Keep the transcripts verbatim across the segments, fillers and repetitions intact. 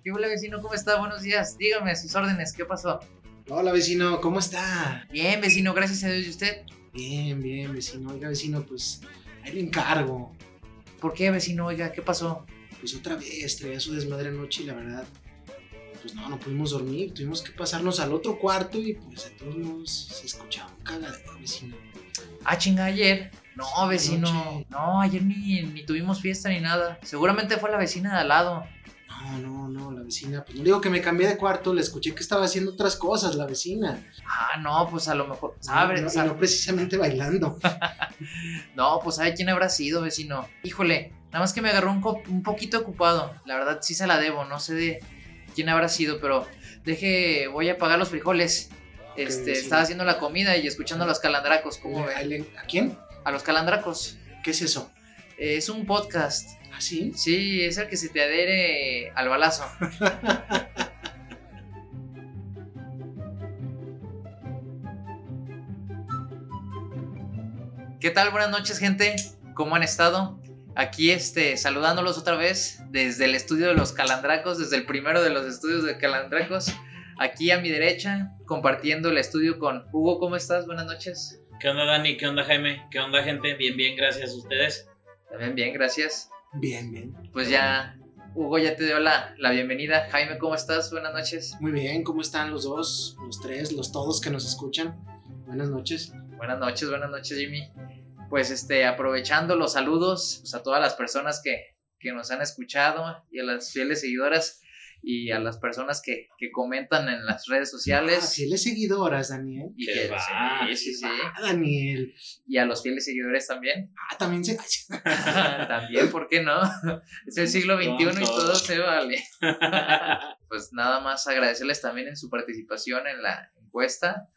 ¿Qué hola, vecino? ¿Cómo está? Buenos días. Dígame a sus órdenes, ¿qué pasó? Hola, vecino, ¿cómo está? Bien, vecino, gracias a Dios. ¿Y usted? Bien, bien, vecino. Oiga, vecino, pues ahí le encargo. ¿Por qué, vecino? Oiga, ¿qué pasó? Pues otra vez traía su desmadre anoche y la verdad, pues no, no pudimos dormir. Tuvimos que pasarnos al otro cuarto y pues de todos modos se escuchaba un cagadero, vecino. Ah, chinga, ayer. No, vecino. Anoche. No, ayer ni, ni tuvimos fiesta ni nada. Seguramente fue la vecina de al lado. No, no, no, la vecina, pues no digo que me cambié de cuarto, le escuché que estaba haciendo otras cosas la vecina. Ah, no, pues a lo mejor. No, ¿Sabe? no, y sabe- no precisamente bailando. No, pues ¿sabe quién habrá sido, vecino? Híjole, nada más que me agarró un, co- un poquito ocupado. La verdad sí se la debo, no sé de quién habrá sido, pero deje, voy a apagar los frijoles. Este, vecino. estaba haciendo la comida y escuchando a los calandracos, ¿cómo Ahí ve? le- ¿A quién? A los calandracos. ¿Qué es eso? Eh, es un podcast. ¿Ah, sí? Sí, es el que se te adhiere al balazo. ¿Qué tal? Buenas noches, gente. ¿Cómo han estado? Aquí este, saludándolos otra vez desde el estudio de los Calandracos, desde el primero de los estudios de Calandracos. Aquí a mi derecha, compartiendo el estudio con Hugo. ¿Cómo estás? Buenas noches. ¿Qué onda, Dani? ¿Qué onda, Jaime? ¿Qué onda, gente? Bien, bien, gracias a ustedes. También bien, gracias. Bien, bien. Pues ya, Hugo ya te dio la, la bienvenida. Jaime, ¿cómo estás? Buenas noches. Muy bien, ¿cómo están los dos, los tres, los todos que nos escuchan? Buenas noches. Buenas noches, buenas noches, Jimmy. Pues este, aprovechando los saludos pues, a todas las personas que, que nos han escuchado y a las fieles seguidoras y a las personas que, que comentan en las redes Ah, sociales. fieles seguidoras, Daniel. Y Qué que, va, sí, sí, sí. Ah, Daniel. Y a los fieles seguidores también. Ah, también se... También, ¿por qué no? Es el siglo veintiuno y todo se vale. Pues nada más agradecerles también en su participación en la encuesta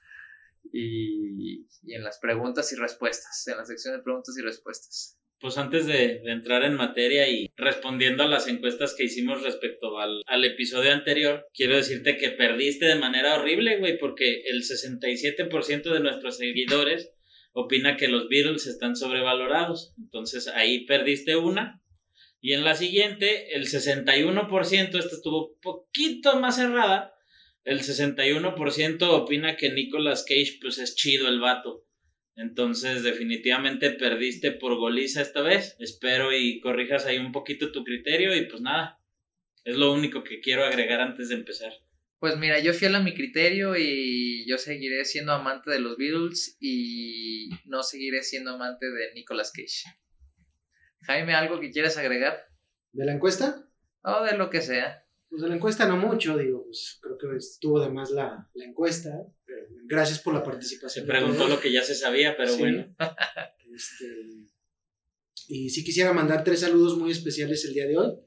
y, y en las preguntas y respuestas, en la sección de preguntas y respuestas. Pues antes de, de entrar en materia y respondiendo a las encuestas que hicimos respecto al, al episodio anterior, quiero decirte que perdiste de manera horrible, güey, porque el sesenta y siete por ciento de nuestros seguidores opina que los Beatles están sobrevalorados. Entonces ahí perdiste una. Y en la siguiente, el sesenta y uno por ciento, esta estuvo un poquito más cerrada, el sesenta y uno por ciento opina que Nicolas Cage pues es chido el vato. Entonces definitivamente perdiste por goliza esta vez. Espero y corrijas ahí un poquito tu criterio y pues nada, es lo único que quiero agregar antes de empezar. Pues mira, yo fiel a mi criterio y yo seguiré siendo amante de los Beatles y no seguiré siendo amante de Nicolas Cage. Jaime, ¿algo que quieras agregar? ¿De la encuesta? O de lo que sea. Pues de la encuesta no mucho, digo, pues creo que estuvo de más la, la encuesta. Pero gracias por la Se participación. preguntó lo que ya se sabía, pero Sí. bueno. Este, y sí quisiera mandar tres saludos muy especiales el día de hoy.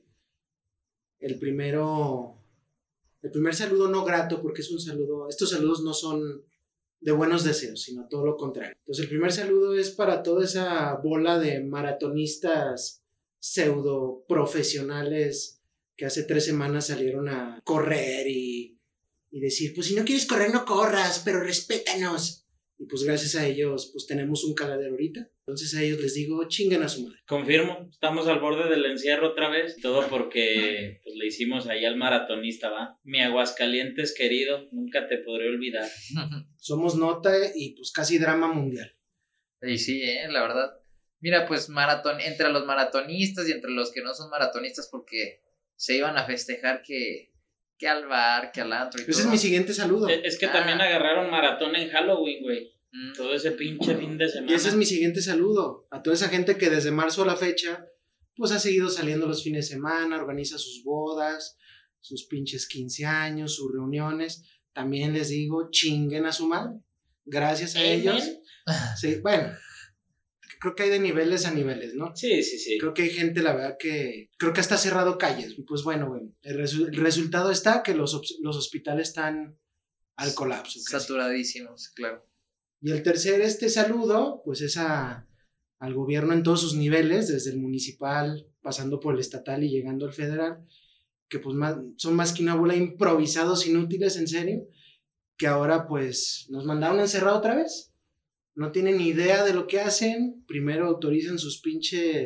El primero, el primer saludo no grato, porque es un saludo, estos saludos no son de buenos deseos, sino todo lo contrario. Entonces el primer saludo es para toda esa bola de maratonistas pseudo profesionales que hace tres semanas salieron a correr y, y decir, pues si no quieres correr no corras, pero respétanos. Y pues gracias a ellos pues tenemos un caladero ahorita. Entonces a ellos les digo, chingan a su madre. Confirmo, estamos al borde del encierro otra vez. Todo porque pues, le hicimos ahí al maratonista, ¿va? Mi Aguascalientes querido, nunca te podré olvidar. Somos nota y pues casi drama mundial. Y sí, eh, la verdad. Mira, pues maratón, entre los maratonistas y entre los que no son maratonistas porque se iban a festejar que, que al bar, que al antro y Ese todo. es mi siguiente saludo. Es es que Ah. también agarraron maratón en Halloween, güey. Mm. Todo ese pinche fin de semana. Y ese es mi siguiente saludo. A toda esa gente que desde marzo a la fecha pues ha seguido saliendo los fines de semana, organiza sus bodas, sus pinches quince años, sus reuniones. También les digo, chinguen a su madre. Gracias a Amen. ellos. Sí, bueno, creo que hay de niveles a niveles, ¿no? Sí, sí, sí. Creo que hay gente, la verdad, que creo que hasta ha cerrado calles. Y pues bueno, güey, el, resu- el resultado está que los, obs- los hospitales están al colapso. casi. Saturadísimos, claro. Y el tercer este saludo, pues es a, al gobierno en todos sus niveles, desde el municipal, pasando por el estatal y llegando al federal, que pues más, son más que una bola de improvisados inútiles, en serio, que ahora pues nos mandaron a encerrar otra vez. No tienen ni idea de lo que hacen. Primero autorizan sus pinches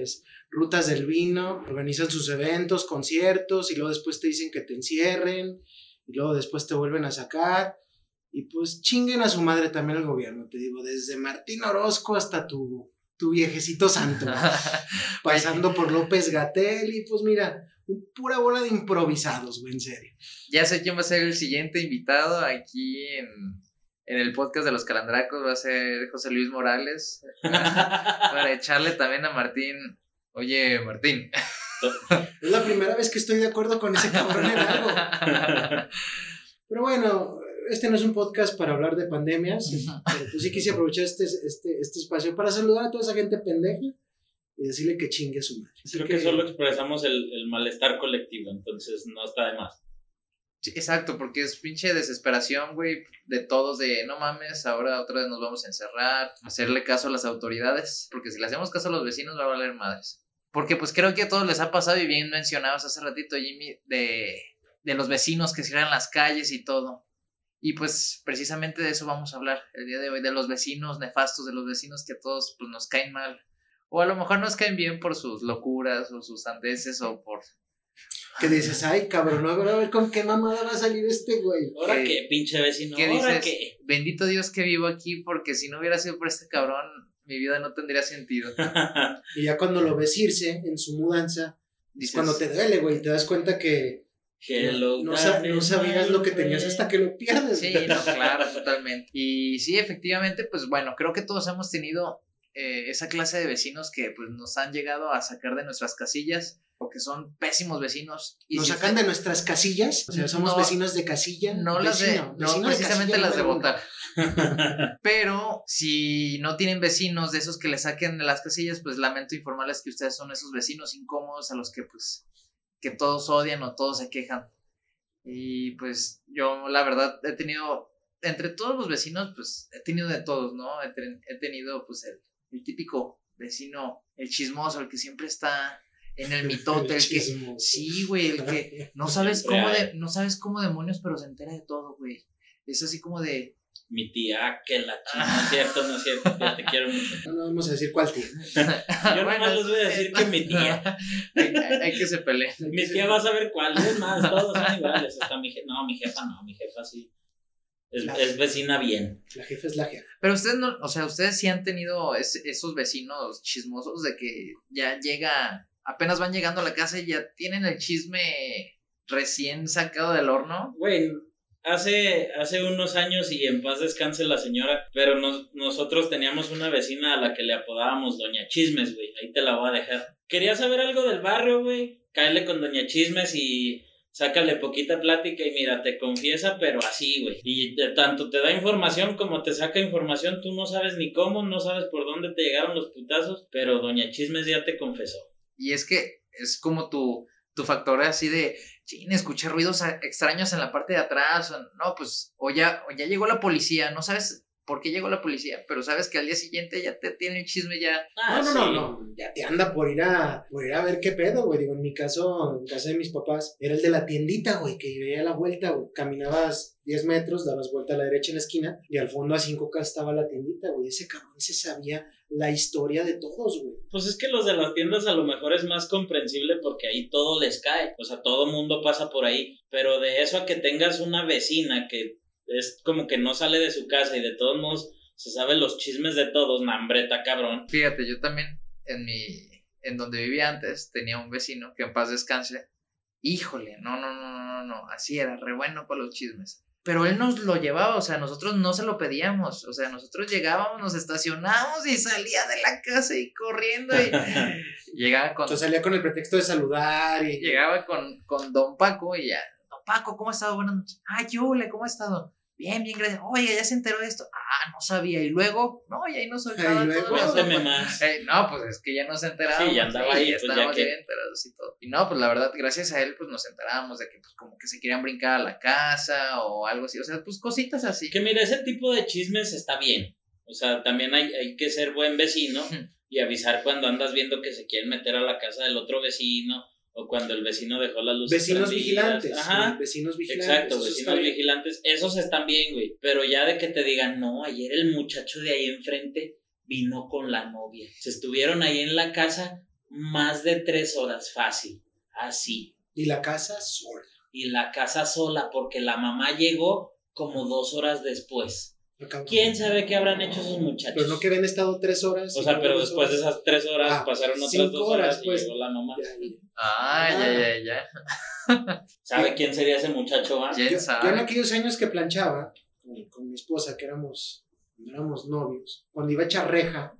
rutas del vino, organizan sus eventos, conciertos, y luego después te dicen que te encierren, y luego después te vuelven a sacar, y pues chinguen a su madre también el gobierno, te digo, desde Martín Orozco hasta tu, tu viejecito santo, pasando por López-Gatell, y pues mira, pura bola de improvisados, güey, en serio. Ya sé quién va a ser el siguiente invitado aquí en, en el podcast de los Calandracos, va a ser José Luis Morales, para echarle también a Martín, oye, Martín. Es la primera vez que estoy de acuerdo con ese cabrón en algo. Pero bueno, este no es un podcast para hablar de pandemias, pero pues sí quise aprovechar este, este, este espacio para saludar a toda esa gente pendeja y decirle que chingue a su madre. Así Creo que, que solo expresamos el, el malestar colectivo, entonces no está de más. Sí, exacto, porque es pinche desesperación, güey, de todos, de no mames, ahora otra vez nos vamos a encerrar, hacerle caso a las autoridades, porque si le hacemos caso a los vecinos va a valer madres. Porque pues creo que a todos les ha pasado, y bien mencionabas hace ratito, Jimmy, de, de los vecinos que cierran las calles y todo. Y pues precisamente de eso vamos a hablar el día de hoy, de los vecinos nefastos, de los vecinos que a todos pues nos caen mal. O a lo mejor nos caen bien por sus locuras o sus sandeces o por... que dices, ay cabrón, a ver, a ver con qué mamada va a salir este güey. ¿Ahora qué, pinche vecino? ¿Qué ¿Ahora dices? qué? Bendito Dios que vivo aquí, porque si no hubiera sido por este cabrón, mi vida no tendría sentido. Y ya cuando lo ves irse en su mudanza, Dices, es cuando te duele, güey, te das cuenta que Hello, no, sa- no sabías lo que tenías hasta que lo pierdes. sí, no, claro, totalmente. Y sí, efectivamente, pues bueno, creo que todos hemos tenido eh, esa clase de vecinos que pues nos han llegado a sacar de nuestras casillas, o que son pésimos vecinos. Y Nos si sacan usted- de nuestras casillas, o sea, somos No, vecinos de casilla. No las de, vecino, no vecino precisamente casilla las de número votar. uno. Pero si no tienen vecinos de esos que le saquen de las casillas, pues lamento informarles que ustedes son esos vecinos incómodos a los que pues que todos odian o todos se quejan. Y pues yo la verdad he tenido, entre todos los vecinos, pues he tenido de todos, ¿no? He, ten- he tenido pues el, el típico vecino, el chismoso, el que siempre está en el mitote, el, El que... chismoso. Sí, güey, el que no sabes cómo de, no sabes cómo demonios, pero se entera de todo, güey. Es así como de... Mi tía, que la chingada. No es cierto, no es cierto. Yo te quiero mucho. No, no vamos a decir cuál tío. Yo nomás les voy a decir que mi tía. hay, hay- hay que se pelee. Mi tía va a saber cuál. Es más, todos son iguales. Hasta mi jefa. No, mi jefa no. Mi jefa sí. Es, es vecina bien. La jefa es la jefa. Pero ustedes no, o sea, ustedes sí han tenido es- esos vecinos chismosos de que ya llega, apenas van llegando a la casa y ya tienen el chisme recién sacado del horno. Güey, hace, hace unos años, y en paz descanse la señora, pero nos, nosotros teníamos una vecina a la que le apodábamos Doña Chismes, güey. Ahí te la voy a dejar. ¿Querías saber algo del barrio, güey? Cáele con Doña Chismes y sácale poquita plática y mira, te confiesa, pero así, güey. Y de tanto te da información como te saca información, tú no sabes ni cómo, no sabes por dónde te llegaron los putazos, pero Doña Chismes ya te confesó. Y es que es como tu, tu factor así de, chin, escuché ruidos a- extraños en la parte de atrás, o no, pues, o ya, o ya llegó la policía, no sabes por qué llegó la policía, pero sabes que al día siguiente ya te tiene el chisme ya. Ah, no, no, sí. no, no, ya te anda por ir a por ir a ver qué pedo, güey. Digo, en mi caso, en casa de mis papás, era el de la tiendita, güey, que veía la vuelta, güey. Caminabas diez metros, dabas vuelta a la derecha en la esquina, y al fondo a cinco casas estaba la tiendita, güey. Ese cabrón se sabía la historia de todos, güey. Pues es que los de las tiendas a lo mejor es más comprensible porque ahí todo les cae, o sea, todo mundo pasa por ahí, pero de eso a que tengas una vecina que es como que no sale de su casa y de todos modos se sabe los chismes de todos, nambreta cabrón. Fíjate, yo también en mi, en donde vivía antes, tenía un vecino que en paz descanse. Híjole, no, no, no, no, no, así era, re bueno para los chismes. Pero él nos lo llevaba, o sea, nosotros no se lo pedíamos, o sea, nosotros llegábamos, nos estacionábamos y salía de la casa y corriendo y llegaba con, Entonces salía con el pretexto de saludar y... llegaba con, con Don Paco y ya, Don Paco, ¿cómo ha estado? Buenas noches. Ay, Yule, ¿cómo ha estado? Bien, bien, gracias. Oye, ya se enteró de esto. Ah, no sabía. Y luego, no, y ahí nos soltaba Ay, luego, todo eso. Cuéntame más. Eh, no, pues es que ya nos enterábamos. Sí, ya andaba ahí, ya pues, estábamos ya que- bien enterados y todo. Y no, pues la verdad, gracias a él, pues nos enterábamos de que pues como que se querían brincar a la casa o algo así. O sea, pues cositas así. Que mira, ese tipo de chismes está bien, o sea, también hay, hay que ser buen vecino y avisar cuando andas viendo que se quieren meter a la casa del otro vecino o cuando el vecino dejó las luces Vecinos prendidas. vigilantes. Ajá. güey, Vecinos vigilantes. Exacto, eso vecinos está bien. vigilantes, esos están bien, güey, pero ya de que te digan, no, ayer el muchacho de ahí enfrente vino con la novia, se estuvieron ahí en la casa más de tres horas, fácil, así. Y la casa sola. Y la casa sola, porque la mamá llegó como dos horas después. Acabamos. ¿Quién sabe qué habrán hecho esos muchachos? Pero no que habían estado tres horas. O sea, pero después de esas tres horas ah, pasaron otras dos horas, horas pues, y llegó la mamá. Ya, ya. Ah, ah, ya, ya, ya. ¿Sabe quién sería ese muchacho, va? ¿Quién yo, sabe? yo en aquellos años que planchaba con, con mi esposa, que éramos, éramos novios, cuando iba a echar reja.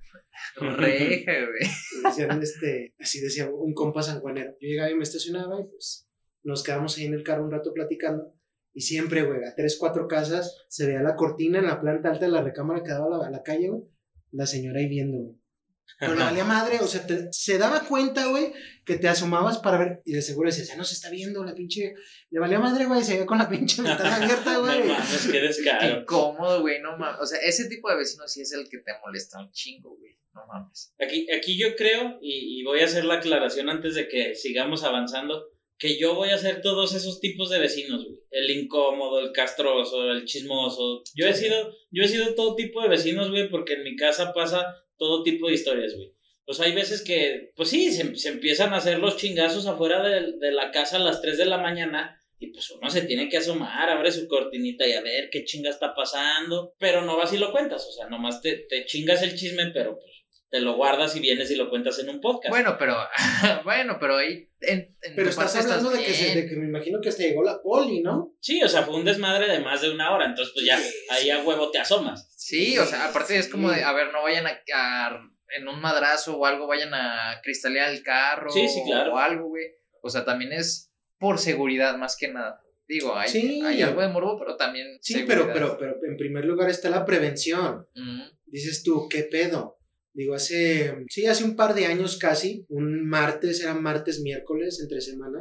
Reja, güey. Decían este, así decía un compa sanjuanero. Yo llegaba y me estacionaba y pues nos quedamos ahí en el carro un rato platicando. Y siempre, güey, a tres, cuatro casas se veía la cortina en la planta alta de la recámara que daba a la, a la calle, güey. La señora ahí viendo, güey. Pero le valía madre, o sea, te, se daba cuenta, güey, que te asomabas para ver. Y de seguro decías, ya no se está viendo la pinche. Le valía madre, güey, se veía con la pinche ventana abierta, güey. No mames, qué descaro. Incómodo, güey, no mames. O sea, ese tipo de vecino sí es el que te molesta un chingo, güey. No mames. Aquí, aquí yo creo, y, y voy a hacer la aclaración antes de que sigamos avanzando, que yo voy a ser todos esos tipos de vecinos, güey. El incómodo, el castroso, el chismoso. Yo he sido, yo he sido todo tipo de vecinos, güey, porque en mi casa pasa todo tipo de historias, güey. Pues hay veces que, pues sí, se, se empiezan a hacer los chingazos afuera de, de la casa a las tres de la mañana y pues uno se tiene que asomar, abre su cortinita y a ver qué chinga está pasando. Pero no vas y lo cuentas, o sea, nomás te, te chingas el chisme, pero pues te lo guardas y vienes y lo cuentas en un podcast. Bueno, pero, bueno, pero ahí... En, en pero estás hablando estás de, que se, de que me imagino que hasta llegó la poli, ¿no? Sí, o sea, fue un desmadre de más de una hora, entonces pues ya, sí, ahí a huevo te asomas. Sí, o sea, aparte es como de, a ver, no vayan a, a en un madrazo o algo, vayan a cristalear el carro. Sí, sí, claro. O algo, güey. O sea, también es por seguridad más que nada. Digo, hay, sí. hay algo de morbo, pero también sí, pero, pero, pero en primer lugar está la prevención. Uh-huh. Dices tú, ¿qué pedo? Digo, hace, sí, hace un par de años casi, un martes, era martes, miércoles, entre semana,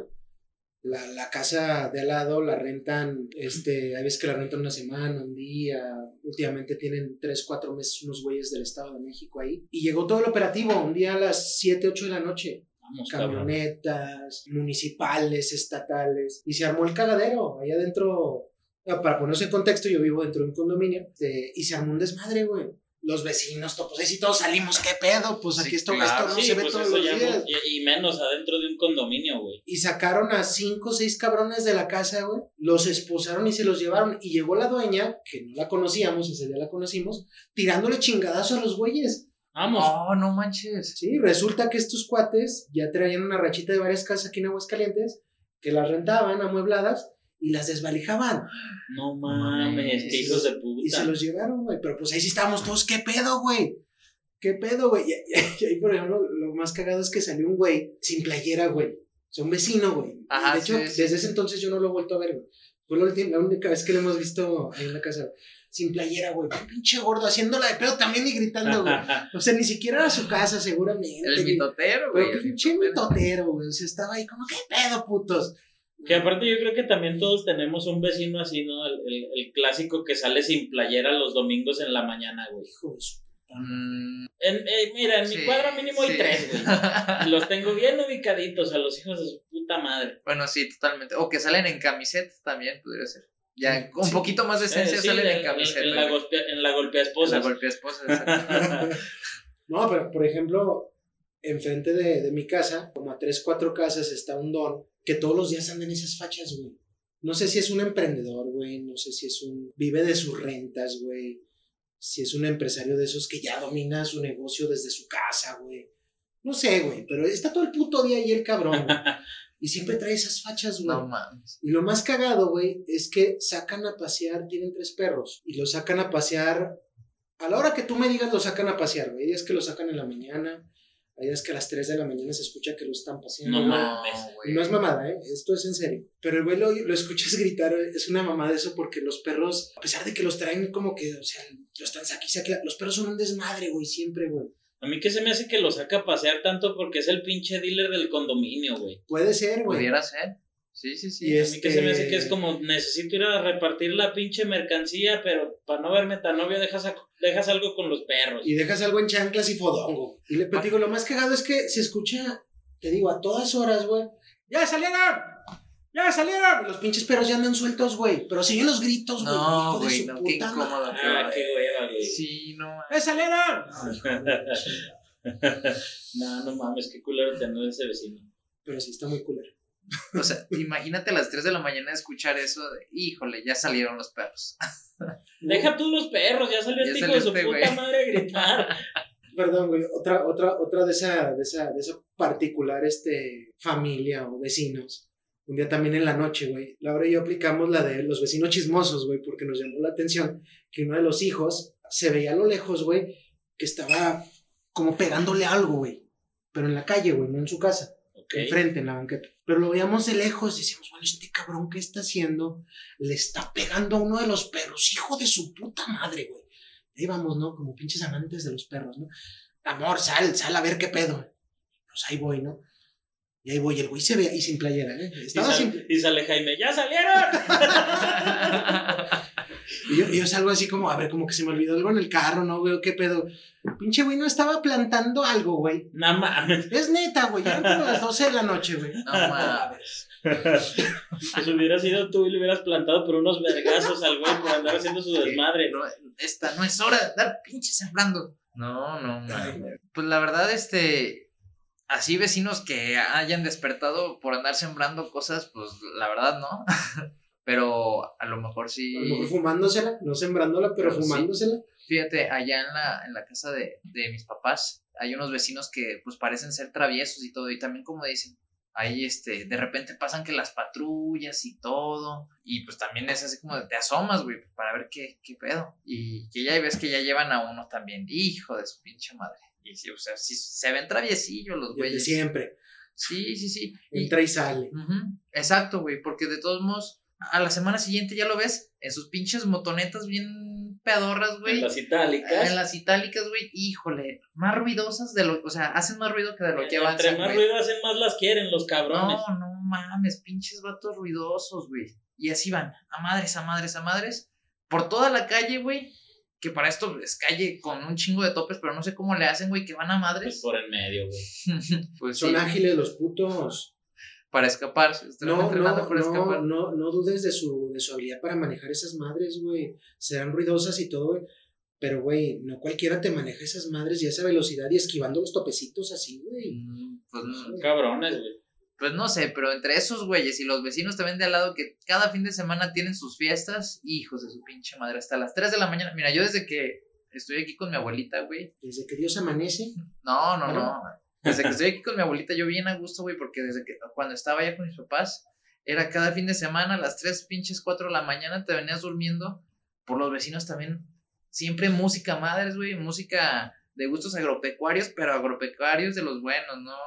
la, la casa de al lado la rentan, este, hay veces que la rentan una semana, un día, últimamente tienen tres, cuatro meses unos güeyes del Estado de México ahí, y llegó todo el operativo, un día a las siete, ocho de la noche, Vamos, camionetas, cabrón. Municipales, estatales, y se armó el cagadero, ahí adentro, para ponerse en contexto, yo vivo dentro de un condominio, este, y se armó un desmadre, güey. Los vecinos, pues ahí sí todos salimos, ¿qué pedo? Pues aquí sí, esto, claro. esto no sí, se ve pues todos los días. Y, y menos adentro de un condominio, güey. Y sacaron a cinco o seis cabrones de la casa, güey. Los esposaron y se los llevaron. Y llegó la dueña, que no la conocíamos, ese día la conocimos, tirándole chingadazo a los güeyes. Vamos. Oh, no manches. Sí, resulta que estos cuates ya traían una rachita de varias casas aquí en Aguascalientes, que las rentaban amuebladas y las desvalijaban. No mames, qué hijos de puta. Y se los llevaron, güey. Pero pues ahí sí estábamos todos, ¿qué pedo, güey? ¿Qué pedo, güey? Y, y, y ahí, por ejemplo, lo más cagado es que salió un güey sin playera, güey. O sea, un vecino, güey. Ajá, de hecho, sí, sí. desde ese entonces yo no lo he vuelto a ver, güey. Fue la, última, la única vez que lo hemos visto ahí en la casa, sin playera, güey. Pinche gordo, haciéndola de pedo también y gritando, güey. O sea, ni siquiera era su casa, seguramente. El mitotero, güey. Pero pinche mitotero, güey. O sea, estaba ahí como, ¿qué pedo, putos? Que aparte yo creo que también todos tenemos un vecino así, ¿no? El, el, el clásico que sale sin playera los domingos en la mañana, güey. Hijo de su puta. Mm, en, eh, mira, en sí, mi cuadra mínimo sí. hay tres, güey. Y los tengo bien ubicaditos a los hijos de su puta madre. Bueno, sí, totalmente. O que salen en camiseta también, podría ser. Ya, con sí. un poquito más de esencia eh, sí, salen en, en camiseta. En, en, la golpea, en la golpea esposa. En la golpea esposa, no, pero por ejemplo, enfrente de, de mi casa, como a tres, cuatro casas, está un don que todos los días andan esas fachas, güey. No sé si es un emprendedor, güey. No sé si es un... Vive de sus rentas, güey. Si es un empresario de esos que ya domina su negocio desde su casa, güey. No sé, güey. Pero está todo el puto día ahí el cabrón, güey. Y siempre trae esas fachas, güey. No mames. Y lo más cagado, güey, es que sacan a pasear, tienen tres perros. Y los sacan a pasear... A la hora que tú me digas, los sacan a pasear, güey. Es que los sacan en la mañana... Hay días que a las tres de la mañana se escucha que lo están paseando. No mames, güey. No es mamada, ¿eh? Esto es en serio. Pero el güey lo, lo escuchas gritar, es una mamada eso porque los perros, a pesar de que los traen como que, o sea, los están aquí, aquí, los perros son un desmadre, güey, siempre, güey. A mí que se me hace que lo saca a pasear tanto porque es el pinche dealer del condominio, güey. Puede ser, güey. Pudiera ser. Sí, sí, sí. Y este... A mí que se me hace que es como, necesito ir a repartir la pinche mercancía, pero para no verme tan obvio, dejas, a, dejas algo con los perros. Y dejas algo en chanclas y fodongo. Y le digo, lo más cagado es que se escucha, te digo, a todas horas, güey. ¡Ya salieron! ¡Ya salieron! Los pinches perros ya andan sueltos, güey. Pero siguen los gritos, güey. No, güey, no, qué incómodo. Ah, qué hueva, güey. Sí, no. ¡Ya salieron! No, no mames, qué culero tener ese vecino. Pero sí está muy culero. O sea, imagínate a las tres de la mañana escuchar eso de, híjole, ya salieron los perros. Deja tú los perros, ya salió Ya este hijo salió de su este puta güey. madre a gritar. Perdón, güey, otra, otra, otra de esa, de esa, de esa particular este, familia o vecinos. Un día también en la noche, güey, Laura y yo aplicamos la de los vecinos chismosos, güey, porque nos llamó la atención que uno de los hijos se veía a lo lejos, güey, que estaba como pegándole algo, güey, pero en la calle, güey, no en su casa, Okay. enfrente, en la banqueta. Pero lo veíamos de lejos y decíamos, bueno, este cabrón, ¿qué está haciendo? Le está pegando a uno de los perros, hijo de su puta madre, güey. Ahí vamos, ¿no? Como pinches amantes de los perros, ¿no? Amor, sal, sal a ver qué pedo. Pues ahí voy, ¿no? Y ahí voy, el güey se ve ahí sin playera, ¿eh? Estaba y, sal, sin... y sale Jaime, ¡ya salieron! y, yo, y yo salgo así como, a ver, como que se me olvidó algo en el carro, ¿no, güey? ¿Qué pedo? Pinche güey no estaba plantando algo, güey. No mames. Es neta, güey, ya eran como las doce de la noche, güey. No mames. Pues hubiera sido tú y le hubieras plantado por unos vergazos al güey por andar haciendo su desmadre. No, esta no es hora de andar pinche sembrando. No, no mames. Pues la verdad, este... Así vecinos que hayan despertado por andar sembrando cosas, pues la verdad no. Pero a lo mejor sí. A lo mejor fumándosela, no sembrándola, pero, pero fumándosela. Sí. Fíjate, allá en la, en la casa de, de mis papás hay unos vecinos que pues parecen ser traviesos y todo. Y también como dicen, ahí este, de repente pasan que las patrullas y todo. Y pues también es así como de, te asomas, güey, para ver qué, qué pedo. Y que ya ves que ya llevan a uno también. Hijo de su pinche madre. Y sí, o sea, sí, se ven traviesillos los güeyes. Desde siempre. Sí, sí, sí. Entra y sale. Uh-huh. Exacto, güey, porque de todos modos, a la semana siguiente ya lo ves en sus pinches motonetas bien pedorras, güey. En las itálicas. En las itálicas, güey, híjole, más ruidosas de lo, o sea, hacen más ruido que de lo que avanzan. Entre más güey. ruido hacen, más las quieren los cabrones. No, no mames, pinches vatos ruidosos, güey. Y así van, a madres, a madres, a madres, por toda la calle, güey. Que para esto es calle con un chingo de topes, pero no sé cómo le hacen, güey, que van a madres. Pues por en medio, güey. Pues son sí, ágiles los putos. Para escapar. No, no, para no, escapar. no, no dudes de su, de su habilidad para manejar esas madres, güey. Serán ruidosas y todo, güey. Pero, güey, no cualquiera te maneja esas madres y a esa velocidad y esquivando los topecitos así, güey. Pues, Son cabrones, güey. Pues no sé, pero entre esos güeyes y los vecinos también de al lado que cada fin de semana tienen sus fiestas, hijos de su pinche madre, hasta las tres de la mañana. Mira, yo desde que estoy aquí con mi abuelita, güey. Desde que Dios amanece. No, no, ¿No? no. Desde que estoy aquí con mi abuelita, yo bien a gusto, güey, porque desde que cuando estaba allá con mis papás, era cada fin de semana a las tres pinches cuatro de la mañana, te venías durmiendo. Por los vecinos también, siempre música madres, güey, música de gustos agropecuarios, pero agropecuarios de los buenos, no.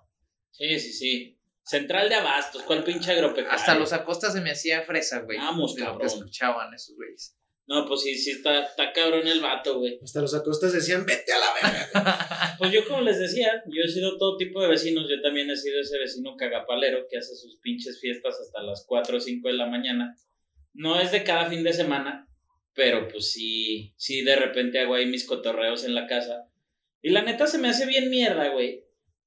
Sí, sí, sí. Central de Abastos, ¿cuál pinche agropecuario? Hasta los Acosta se me hacía fresa, güey. Vamos, de lo cabrón. que escuchaban esos güeyes. No, pues sí, sí, está, está cabrón el vato, güey. Hasta los acostas decían, vete a la verga. Pues yo, como les decía, yo he sido todo tipo de vecinos. Yo también he sido ese vecino cagapalero que hace sus pinches fiestas hasta las cuatro o cinco de la mañana. No es de cada fin de semana, pero pues sí, sí, de repente hago ahí mis cotorreos en la casa. Y la neta se me hace bien mierda, güey.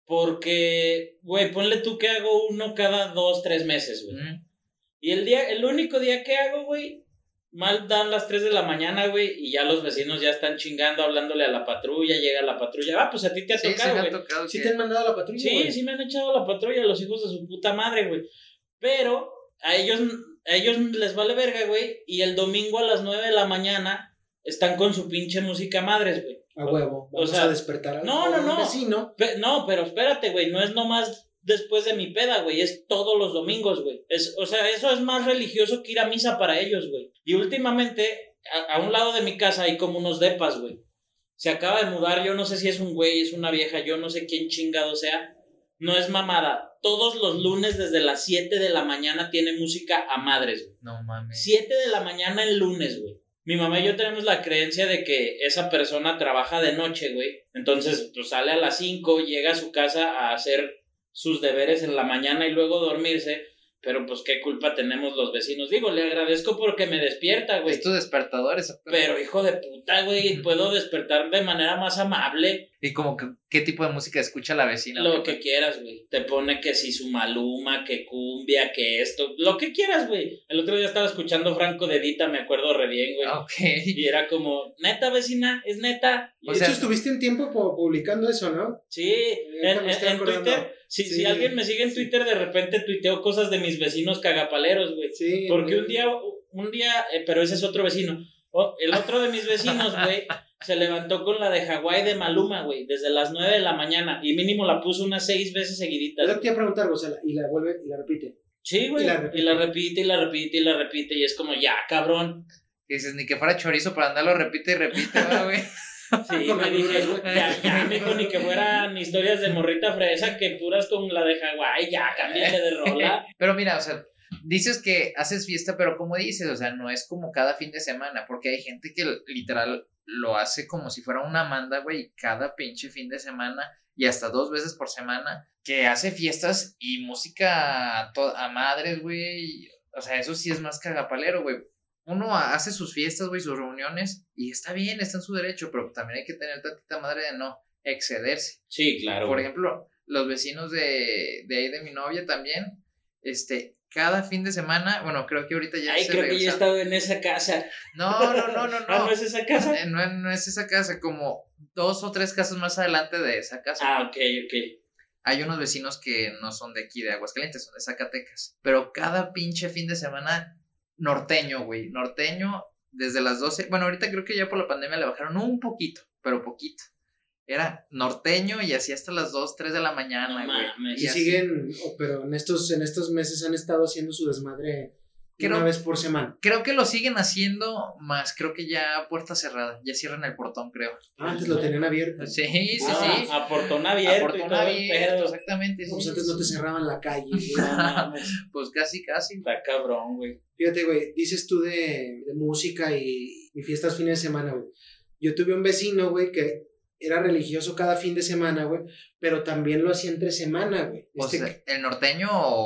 Porque, güey, ponle tú que hago uno cada dos, tres meses, güey. Mm. Y el día, el único día que hago, güey, mal dan las tres de la mañana, güey, y ya los vecinos ya están chingando, hablándole a la patrulla, llega la patrulla. Ah, pues a ti te ha Sí, tocado, sí me güey. ha tocado. ¿Sí que- te han mandado a la patrulla, Sí, güey? sí me han echado a la patrulla los hijos de su puta madre, güey. Pero a ellos, a ellos les vale verga, güey, y el domingo a las nueve de la mañana están con su pinche música madres, güey. A huevo. Vamos O sea, a despertar al no, no, no. vecino. Pe- no, pero espérate, güey, no es nomás después de mi peda, güey, es todos los domingos, güey. Es, o sea, eso es más religioso que ir a misa para ellos, güey. Y últimamente, a, a un lado de mi casa hay como unos depas, güey. Se acaba de mudar, yo no sé si es un güey, es una vieja, yo no sé quién chingado sea. No es mamada. Todos los lunes desde las siete de la mañana tiene música a madres, güey. No mames. siete de la mañana el lunes, güey. Mi mamá y yo tenemos la creencia de que esa persona trabaja de noche, güey. Entonces, pues sale a las cinco, llega a su casa a hacer sus deberes en la mañana y luego dormirse. Pero pues qué culpa tenemos los vecinos. Digo, le agradezco porque me despierta, güey. Es tu despertador, exactamente. Pero hijo de puta, güey, puedo despertar de manera más amable. Y como que, ¿qué tipo de música escucha la vecina? Lo que quieras, güey. Te pone que si su Maluma, que cumbia, que esto, lo que quieras, güey. El otro día estaba escuchando Franco de Dita, me acuerdo re bien, güey. Ok. Y era como, neta, vecina, es neta. De hecho, estuviste un tiempo publicando eso, ¿no? Sí, en, en, en Twitter. Si, sí. si alguien me sigue en Twitter, de repente tuiteo cosas de mis vecinos cagapaleros, güey. Sí. Porque güey. un día, un día, eh, pero ese es otro vecino. Oh, el otro de mis vecinos, güey, se levantó con la de Hawái de Maluma, güey, desde las nueve de la mañana. Y mínimo la puso unas seis veces seguiditas. Yo te iba a preguntar, Gonzalo, y la vuelve y la repite. Sí, güey. Y la repite, y la repite, y la repite, y la repite. Y es como, ya, cabrón. Y dices, ni que fuera chorizo para andarlo, repite y repite, güey. Sí, me dije, ya, ya, mijo, ni que fueran historias de morrita fresa, que puras con la de Hawái, ya, cámbiale de rola. Pero mira, o sea, dices que haces fiesta, pero como dices, o sea, no es como cada fin de semana, porque hay gente que literal lo hace como si fuera una manda, güey, cada pinche fin de semana y hasta dos veces por semana, que hace fiestas y música a, to- a madres, güey. O sea, eso sí es más cagapalero, güey. Uno hace sus fiestas, güey, sus reuniones, y está bien, está en su derecho, pero también hay que tener tantita madre de no excederse. Sí, claro. Por ejemplo, los vecinos de, de ahí de mi novia también, este, cada fin de semana, bueno, creo que ahorita ya Ay, se creo que regresaron. yo he estado en esa casa. No, no, no, no, no. ¿Ah, no es esa casa? Eh, no, no es esa casa, como dos o tres casas más adelante de esa casa. Ah, ok, ok. Hay unos vecinos que no son de aquí, de Aguascalientes, son de Zacatecas. Pero cada pinche fin de semana, norteño, güey. Norteño, desde las doce. Bueno, ahorita creo que ya por la pandemia le bajaron un poquito, pero poquito. Era norteño y así hasta las dos, tres de la mañana, No güey. mames. Y así. siguen, oh, pero en estos, en estos meses han estado haciendo su desmadre Creo- una vez por semana. Creo que lo siguen haciendo, más creo que ya puerta cerrada. Ya cierran el portón, creo. Ah, antes lo tenían abierto. Sí, sí, Ah, sí. a portón abierto. A y portón todo el abierto, pedo. exactamente. Sí, Pues sí, antes no te sí. cerraban la calle. güey. No mames. Pues casi, casi. Está cabrón, güey. Fíjate, güey, dices tú de, de música y, y fiestas fines de semana, güey. Yo tuve un vecino, güey, que era religioso cada fin de semana, güey, pero también lo hacía entre semana, güey. O Este, sea, ¿el norteño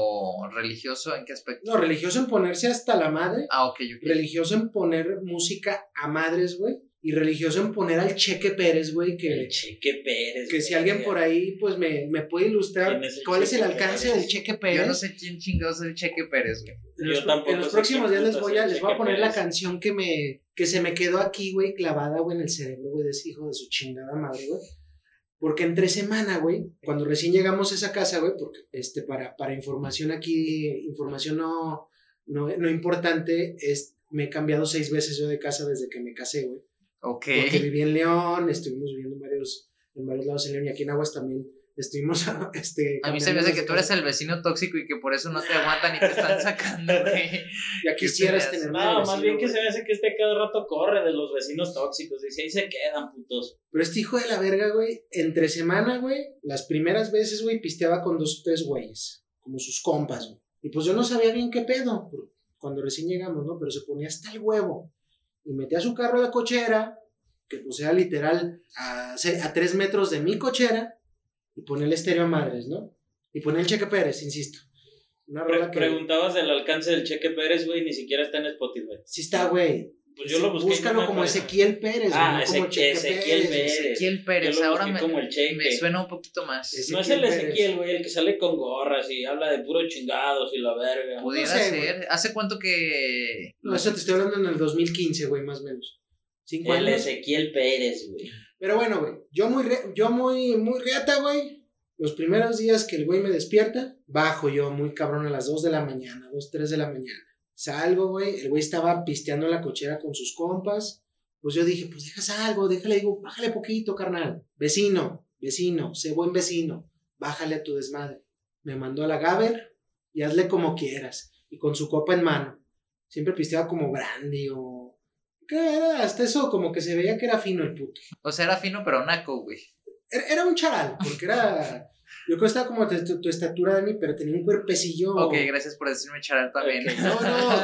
o religioso en qué aspecto? no, religioso en ponerse hasta la madre, Ah, ok, ok. religioso en poner música a madres, güey, y religioso en poner al Cheque Pérez, güey, que... El Cheque Pérez. Que si alguien por ahí, pues, me, me puede ilustrar ¿Quién es el cuál es el Cheque alcance Pérez? del Cheque Pérez. Yo no sé quién chingados es el Cheque Pérez, güey. En los, Yo tampoco en los sé próximos quién días les putas voy a, es les voy a Cheque poner la Pérez. canción que me que se me quedó aquí, güey, clavada, güey, en el cerebro, güey, de ese hijo de su chingada madre, güey. Porque entre semana, güey, cuando recién llegamos a esa casa, güey, porque, este, para, para información aquí, información no, no, no importante, es, me he cambiado seis veces yo de casa desde que me casé, güey. Ok. Porque viví en León, estuvimos viviendo en varios, en varios lados en León y aquí en Aguas también estuvimos, este... A mí se me hace que tú eres el vecino tóxico y que por eso no te aguantan y te están sacando, güey. Ya quisieras Qué tener No, más bien que güey. se me hace que este cada rato corre de los vecinos tóxicos. Dice, ahí se quedan, putos. Pero este hijo de la verga, güey, entre semana, güey, las primeras veces, güey, pisteaba con dos o tres güeyes, como sus compas, güey. Y pues yo no sabía bien qué pedo, por- cuando recién llegamos, ¿no? Pero se ponía hasta el huevo. Y metía su carro a la cochera, que pues era literal a, se- a tres metros de mi cochera, y ponía el estéreo a madres, ¿no? Y ponía el Cheque Pérez, insisto. Una Pre- rola que... Preguntabas del alcance del Cheque Pérez, güey, ni siquiera está en Spotify. Sí está, güey. Pues yo lo busqué. y no Búscalo me como aparece. Ezequiel Pérez, Ah, güey, no como Eze- Cheque Ezequiel Pérez. Pérez. Ezequiel Pérez, Yo lo ahora busqué me, como el Cheque. me suena un poquito más. Es- No es el Ezequiel Ezequiel, Pérez. güey, el que sale con gorras y habla de puro chingados y la verga. Pudiera No sé, ser. ¿Hace cuánto que...? No, eso te estoy hablando en el dos mil quince, güey, más o menos. Cinco El años. Ezequiel Pérez, güey. Pero bueno, güey, yo muy, re- yo muy, muy reata, güey. Los primeros días que el güey me despierta, bajo yo muy cabrón a las dos de la mañana, dos, tres de la mañana. Salgo, güey, el güey estaba pisteando en la cochera con sus compas. Pues yo dije, pues dejas algo, déjale, digo, bájale poquito, carnal. Vecino, vecino, sé buen vecino, bájale a tu desmadre. Me mandó a la Gaber y hazle como quieras. Y con su copa en mano. Siempre pisteaba como brandy o... ¿Qué era? Hasta eso como que se veía que era fino el puto. O sea, era fino pero naco, güey. Era, era un charal, porque era... Yo creo que estaba como tu, tu, tu estatura, Dani, pero tenía un cuerpecillo... Ok, gracias por decirme charal también. Ok. No, no.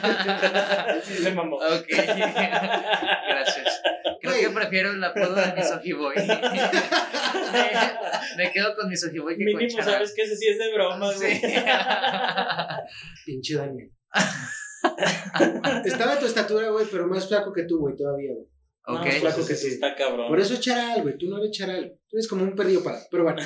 Sí se mamó. Ok. Gracias. Creo Güey. que prefiero el apodo de Misogiboy. me, me quedo con Misogiboy que con Mínimo charal. sabes que ese sí es de broma, güey. Sí. Pinche Daniel. Estaba de tu estatura, güey, pero más flaco que tú, güey, todavía, güey. Ok. No, pues Flaco eso que sí. está cabrón. Por eso es charal, güey. Tú no eres charal. Tú eres como un perrillo parado. Pero bueno.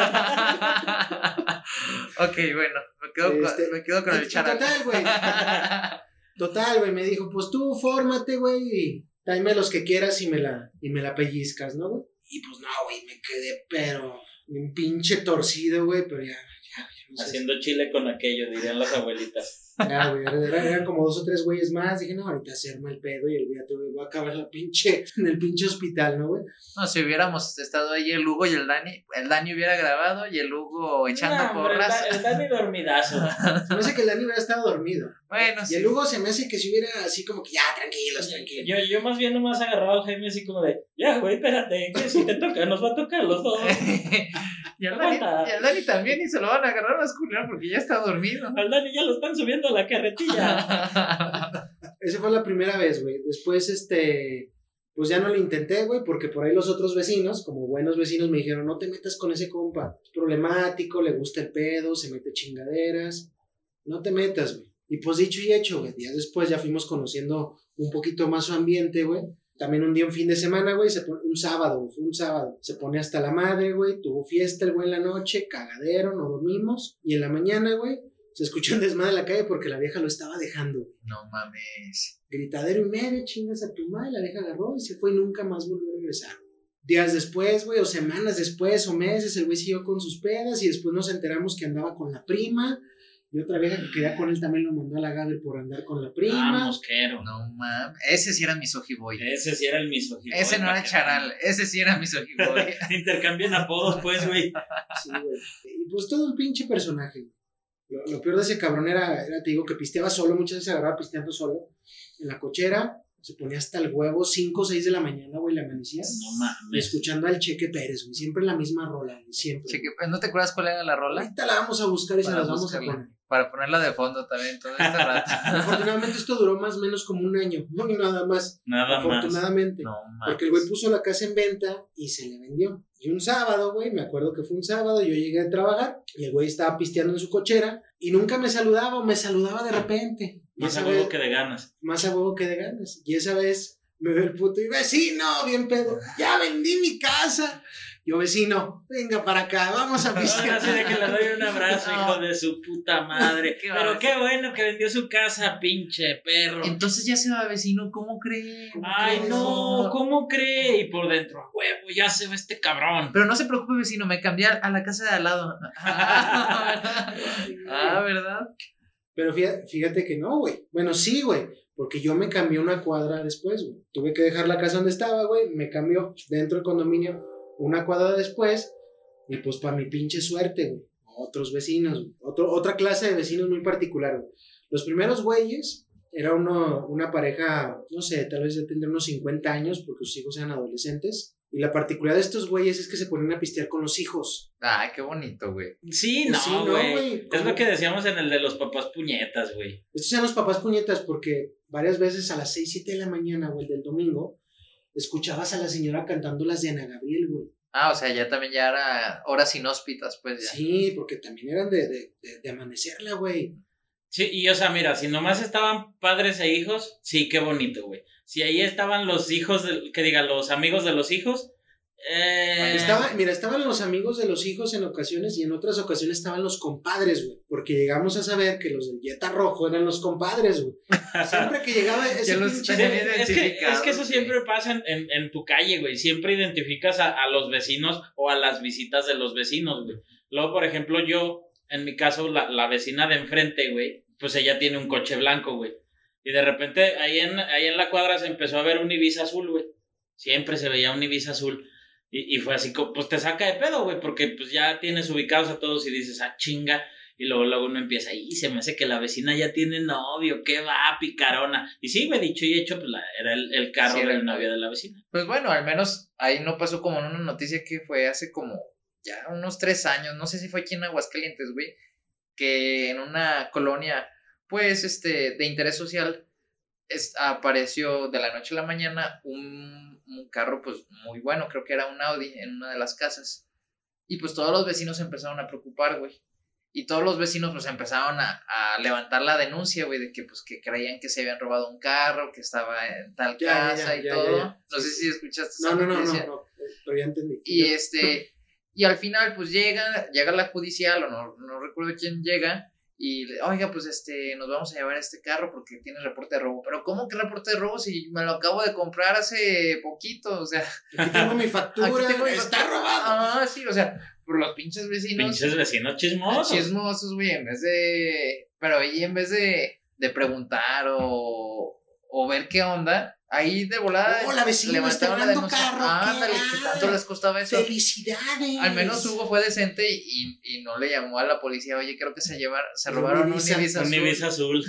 Ok, bueno, me quedo, Este, con, me quedo con y- el y charal. total, güey. Total, güey. Me dijo, pues tú fórmate, güey. Y tráeme los que quieras y me la, y me la pellizcas, ¿no, güey? Y pues no, güey. Me quedé, pero un pinche torcido, güey. Pero ya, ya, no sé. Haciendo chile con aquello, dirían las abuelitas. Ya, güey, era- eran como dos o tres güeyes más. Dije, no, ahorita se arma el pedo y olvídate, güey, voy a acabar la pinche, en el pinche hospital, ¿no, güey? No, si hubiéramos estado ahí el Hugo y el Dani, el Dani hubiera grabado y el Hugo echando No, hombre, porras. El, Da- el Dani dormidazo. Se me hace que el Dani hubiera estado dormido. Bueno, Y sí. el Hugo se me hace que si hubiera así como que ya, tranquilos, tranquilos. Yo, yo más bien nomás agarrado a Jaime así como de, ya, güey, espérate, que si te toca, nos va a tocar los dos. y, el Dani, Aguanta. y el Dani también, y se lo van a agarrar a escuchar porque ya está dormido. Al Dani ya lo están subiendo a la carretilla. Esa fue la primera vez, güey. Después, este, pues ya no lo intenté, güey, porque por ahí los otros vecinos, como buenos vecinos, me dijeron, no te metas con ese compa. Es problemático, le gusta el pedo, se mete chingaderas. No te metas, güey. Y pues dicho y hecho, güey. Días después ya fuimos conociendo un poquito más su ambiente, güey. También un día, un fin de semana, güey, se pone, un sábado, fue un sábado. Se pone hasta la madre, güey. Tuvo fiesta el güey en la noche, cagadero, no dormimos. Y en la mañana, güey, se escuchó un desmadre en la calle porque la vieja lo estaba dejando, güey. No mames. Gritadero y medio, chingas a tu madre. La vieja agarró y se fue y nunca más volvió a regresar. Días después, güey, o semanas después, o meses, el güey siguió con sus pedas y después nos enteramos que andaba con la prima. Y otra vieja que quería con él también lo mandó a la Gaber por andar con la prima. Ah, mosquero. No mames. Ese sí era misogiboy. Ese sí era el misogiboy. Ese no era charal. Ese sí era misogiboy. Intercambian apodos, pues, güey. Sí, güey. Y pues todo el pinche personaje. Lo, lo peor de ese cabrón era, era, te digo, que pisteaba solo. Muchas veces se agarraba pisteando solo. En la cochera, se ponía hasta el huevo, cinco o seis de la mañana, güey, le amanecía. No mames. Y escuchando al Cheque Pérez, güey. Siempre la misma rola, güey. Siempre. Cheque, ¿no te acuerdas cuál era la rola? Ahorita la vamos a buscar y se Para las vamos buscarla. a poner. Para ponerla de fondo también todo este rato. Afortunadamente esto duró más o menos como un año. No, y nada más. Nada más. Afortunadamente. No Porque el güey puso la casa en venta y se le vendió. Y un sábado, güey, me acuerdo que fue un sábado, yo llegué a trabajar y el güey estaba pisteando en su cochera y nunca me saludaba o me saludaba de repente. Y Más esa a huevo vez- que de ganas. Más a huevo que de ganas. Y esa vez me ve el puto y vecino, bien pedo, ya vendí mi casa. Yo, vecino, venga para acá, vamos a pistear. Así de que le doy un abrazo, No. hijo de su puta madre. Qué Pero va. qué bueno que vendió su casa, pinche perro. Entonces ya se va vecino, ¿cómo cree? Ay, crees? no, ¿cómo cree? Y por dentro, a huevo, ya se va este cabrón. Pero no se preocupe, vecino, me cambié a la casa de al lado. Ah, ¿verdad? Pero fíjate, fíjate que no, güey. Bueno, sí, güey. Porque yo me cambié una cuadra después, güey. Tuve que dejar la casa donde estaba, güey. Me cambió dentro del condominio una cuadra después. Y pues para mi pinche suerte, güey. Otros vecinos, güey. Otro, otra clase de vecinos muy particular, güey. Los primeros güeyes era uno, una pareja, no sé, tal vez ya tendría unos cincuenta años porque sus hijos eran adolescentes. Y la particularidad de estos güeyes es que se ponían a pistear con los hijos. Ay, qué bonito, güey. Sí, Pues sí, no, no, güey. güey, Es ¿cómo? lo que decíamos en el de los papás puñetas, güey. Estos eran los papás puñetas porque varias veces a las seis, siete de la mañana, güey, del domingo, escuchabas a la señora cantando las de Ana Gabriel, güey. Ah, o sea, ya también ya era horas inhóspitas, pues ya. Sí, porque también eran de, de, de, de amanecerla, güey. Sí, y o sea, mira, si nomás estaban padres e hijos, sí, qué bonito, güey. Si ahí estaban los hijos, de, que diga, los amigos de los hijos, eh... Estaba, mira, estaban los amigos de los hijos en ocasiones y en otras ocasiones estaban los compadres, güey. Porque llegamos a saber que los del Jetta Rojo eran los compadres, güey. Siempre que llegaba ese Ya los pinche... tenían Sí, es, que, identificados, es que eso güey. siempre pasa en, en, en tu calle, güey. Siempre identificas a, a los vecinos o a las visitas de los vecinos, güey. Luego, por ejemplo, yo, en mi caso, la, la vecina de enfrente, güey, pues ella tiene un coche blanco, güey. Y de repente, ahí en, ahí en la cuadra se empezó a ver un Ibiza azul, güey. Siempre se veía un Ibiza azul. Y, y fue así, como, pues te saca de pedo, güey, porque pues ya tienes ubicados a todos y dices, ah, chinga. Y luego, luego uno empieza, y se me hace que la vecina ya tiene novio, qué va, picarona. Y sí, me dicho y hecho, pues la, era el, el carro Sí, era del el novio de la vecina. Pues bueno, al menos ahí no pasó como en una noticia que fue hace como ya unos tres años, no sé si fue aquí en Aguascalientes, güey, que en una colonia, pues, este, de interés social, es, apareció de la noche a la mañana un, un carro, pues, muy bueno, creo que era un Audi en una de las casas, y pues todos los vecinos se empezaron a preocupar, güey, Y todos los vecinos pues empezaron a, a levantar la denuncia, güey, de que pues que creían que se habían robado un carro, que estaba en tal Ya, ya, casa ya, y ya, todo. ya, ya. No Sí, sé sí. si escuchaste No, esa no, no, no, noticia. no, pero ya entendí. Y Yo- este, y al final pues llega, llega la judicial, o no, no recuerdo quién llega, y le- oiga, pues este, nos vamos a llevar este carro porque tiene reporte de robo. Pero ¿cómo que reporte de robo si me lo acabo de comprar hace poquito? O sea, Aquí tengo mi factura, aquí tengo mi está factura. robado. Ah, sí, o sea, por los pinches vecinos. Pinches vecinos chismosos. Chismosos, güey, en vez de. Pero ahí en vez de, de preguntar o, o ver qué onda, ahí de volada. Oh, la vecina está levantaron la ganando denuncia. carro, Ah, ándale, qué ¿qué tanto les costaba eso? ¡Felicidades! Al menos Hugo fue decente y, y no le llamó a la policía, oye, creo que se llevar, se Un robaron un Ibiza, Ibiza Un azul. Ibiza azul.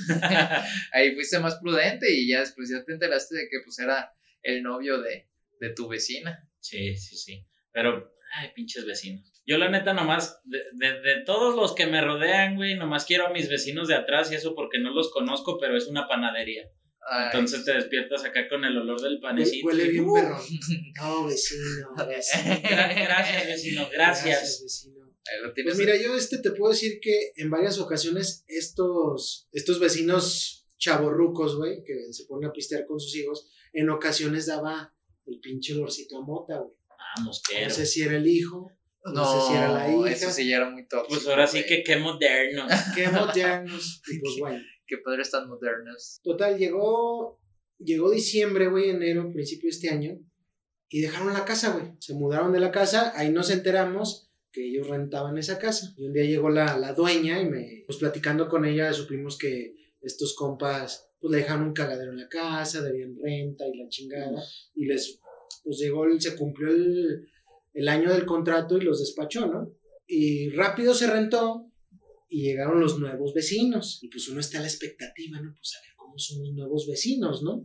Ahí fuiste más prudente y ya después ya te enteraste de que pues era el novio de, de tu vecina. Sí, sí, sí. Pero, ay, pinches vecinos. Yo la neta nomás, de, de, de todos los que me rodean, güey, nomás quiero a mis vecinos de atrás y eso porque no los conozco, pero es una panadería. Ay, Entonces te despiertas acá con el olor del panecito. Huele bien Uh, perrón. No, vecino, vecino. gra- Gracias, vecino, gracias. vecino. ahí lo tienes. Pues mira, yo este te puedo decir que en varias ocasiones estos, estos vecinos chavorrucos, güey, que se ponen a pistear con sus hijos, en ocasiones daba el pinche olorcito a mota, güey. Ah, mosquero. No sé si era el hijo, no, no, sé si era la hija. eso sí ya era muy tóxico. Pues ahora sí güey. que qué moderno. Qué modernos. Y pues bueno. Qué padres tan modernos. Total, llegó, llegó diciembre, güey, enero, principio de este año, y dejaron la casa, güey. Se mudaron de la casa, ahí nos enteramos que ellos rentaban esa casa. Y un día llegó la, la dueña y me, pues platicando con ella, supimos que estos compas, pues le dejaron un cagadero en la casa, debían renta y la chingada, y les, pues llegó, el- se cumplió el, el año del contrato y los despachó, ¿no? Y rápido se rentó. Y llegaron los nuevos vecinos. Y pues uno está a la expectativa, ¿no? Pues a ver cómo son los nuevos vecinos, ¿no?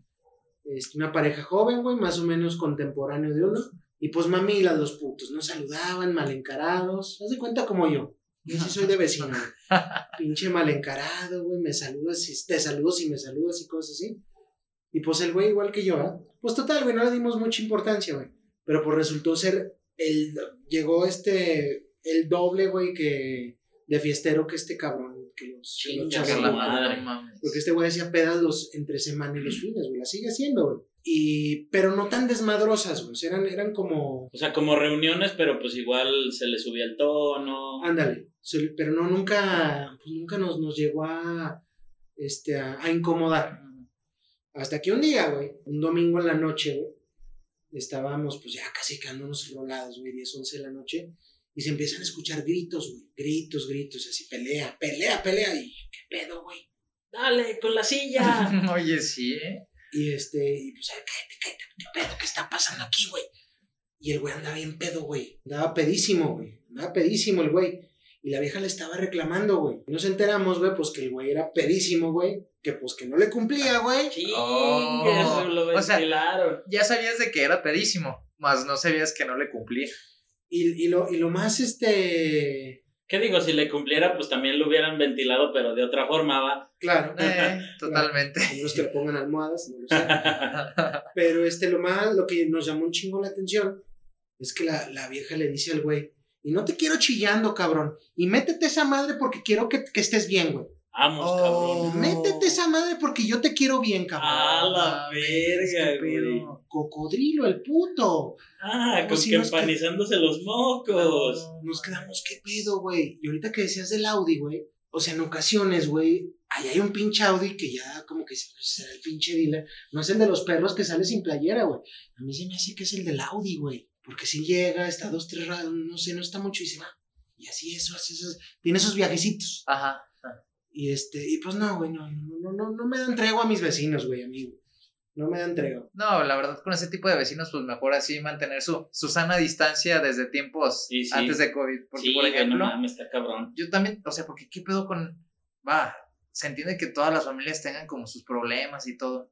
Este, una pareja joven, güey, más o menos contemporáneo de uno. Y pues mamilas los putos, ¿no? Saludaban, mal encarados. Haz de cuenta como yo. Yo sí soy de vecino, güey. Pinche mal encarado, güey. Me saludas y te saludo si me saludas y cosas así. Y pues el güey igual que yo, ¿eh? Pues total, güey, no le dimos mucha importancia, güey. Pero pues resultó ser el... Llegó este... El doble, güey, que... De fiestero que este cabrón. Que los, que los Chinga chavos, su la güey. madre. no mames. Porque este güey hacía pedas los entre semana y los fines, güey. La sigue haciendo, güey. Y... Pero no tan desmadrosas, güey. O sea, eran, eran como... O sea, como reuniones, pero pues igual se le subía el tono. Ándale. Se- Pero no, nunca... Pues nunca nos, nos llegó a... Este, a, a incomodar. Hasta que un día, güey, un domingo en la noche, güey, estábamos pues ya casi quedándonos rolados, güey, diez, once de la noche, y se empiezan a escuchar gritos, güey, gritos, gritos, así, pelea, pelea, pelea, y qué pedo, güey. Dale, con la silla. Oye, sí, ¿eh? Y este, y pues, a ver, cállate, cállate, qué pedo, qué está pasando aquí, güey. Y el güey andaba bien pedo, güey, andaba pedísimo, güey, andaba pedísimo el güey. Y la vieja le estaba reclamando, güey. Nos enteramos, güey, pues que el güey era pedísimo, güey, que pues que no le cumplía, güey. Chingue, Oh, eso lo o sea, ventilaron. Ya sabías de que era pedísimo, más no sabías que no le cumplía. Y, y, lo, y lo más, este... ¿Qué digo? Si le cumpliera, pues también lo hubieran ventilado, pero de otra forma va. Claro. Eh, totalmente. A menos que le pongan almohadas, no lo sé. Pero este, lo más, lo que nos llamó un chingo la atención es que la, la vieja le dice al güey, y no te quiero chillando, cabrón, y métete esa madre porque quiero que, que estés bien, güey. Vamos, Oh. cabrón. Métete esa madre porque yo te quiero bien, cabrón. A la mames, verga, qué pedo. güey. Cocodrilo, el puto. Ah, No, con sí, que nos que- empanizándose los mocos. Nos quedamos, ¿qué pedo, güey? Y ahorita que decías del Audi, güey, o sea, en ocasiones, güey, ahí hay un pinche Audi que ya como que será el pinche dealer. No es el de los perros que sale sin playera, güey. A mí se me hace que es el del Audi, güey. Porque si llega, está dos, tres, ra- no sé, no está mucho y se va. Y así eso, así eso. Tiene esos viajecitos. Ajá. Y este, y pues no, güey, no, no, no, no, no me dan tregua a mis vecinos, güey, amigo. No me dan tregua. No, la verdad, con ese tipo de vecinos, pues mejor así mantener su, su sana distancia desde tiempos Sí, sí. antes de COVID. Porque, Sí, por güey, no ejemplo, mames, está cabrón. yo también, o sea, porque qué pedo con. Va, se entiende que todas las familias tengan como sus problemas y todo.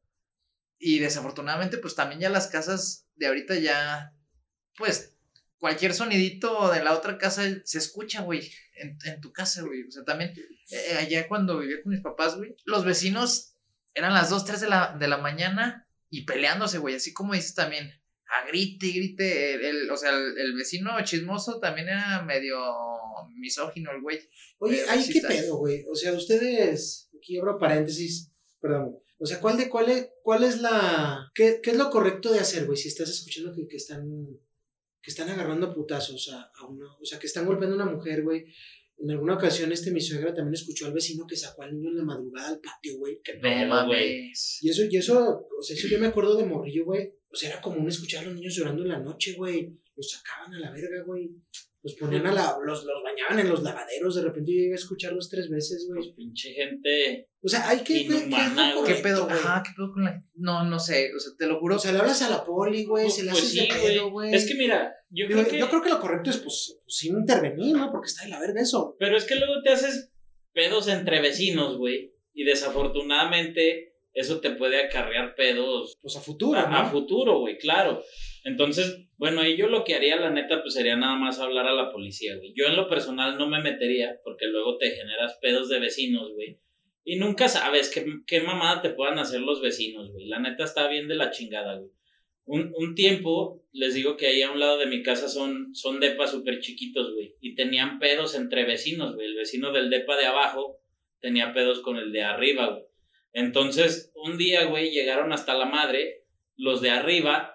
Y desafortunadamente, pues también ya las casas de ahorita ya, pues, cualquier sonidito de la otra casa se escucha, güey, en, en tu casa, güey. O sea, también, eh, allá cuando vivía con mis papás, güey, los vecinos eran las dos, tres de la, de la mañana y peleándose, güey, así como dices también, a grite, grite, el, el- o sea, el, el vecino chismoso también era medio, misógino el güey. Oye, Pero ahí sí qué está. pedo, güey. O sea, ustedes, aquí abro paréntesis, perdón. O sea, ¿cuál de cuál es, cuál es la, qué, qué es lo correcto de hacer, güey? Si estás escuchando que, que están, que están agarrando a putazos a, a una, o sea, que están golpeando a una mujer, güey. En alguna ocasión, este, mi suegra también escuchó al vecino que sacó al niño en la madrugada al patio, güey. Qué No pedo, güey. mames. Y eso, y eso, o sea, eso yo me acuerdo de morrillo, güey. O sea, era común escuchar a los niños llorando en la noche, güey. Los sacaban a la verga, güey. Los ponían a la, los, los bañaban en los lavaderos. De repente yo llegué a escucharlos tres veces, Pues güey. pinche gente. O sea, hay que, que, Inhumana, que güey. ¿Qué pedo? güey. Ajá, ¿qué pedo con la.? No, no sé. O sea, te lo juro. O sea, le hablas a la poli, güey. Pues, Se le pues hace sí, de pedo, güey. güey. Es que mira, yo Digo, creo que. yo creo que lo correcto es, pues, pues, sin intervenir, ¿no? Porque está de la verga eso. Pero es que luego te haces pedos entre vecinos, güey. Y desafortunadamente eso te puede acarrear pedos Pues a futuro, a, ¿no? a futuro, güey, claro. Entonces, bueno, ahí yo lo que haría, la neta, pues sería nada más hablar a la policía, güey. Yo en lo personal no me metería, porque luego te generas pedos de vecinos, güey. Y nunca sabes qué, qué mamada te puedan hacer los vecinos, güey. La neta está bien de la chingada, güey. Un, un tiempo, les digo que ahí a un lado de mi casa son, son depas súper chiquitos, güey. Y tenían pedos entre vecinos, güey. El vecino del depa de abajo tenía pedos con el de arriba, güey. Entonces, un día, güey, llegaron hasta la madre los de arriba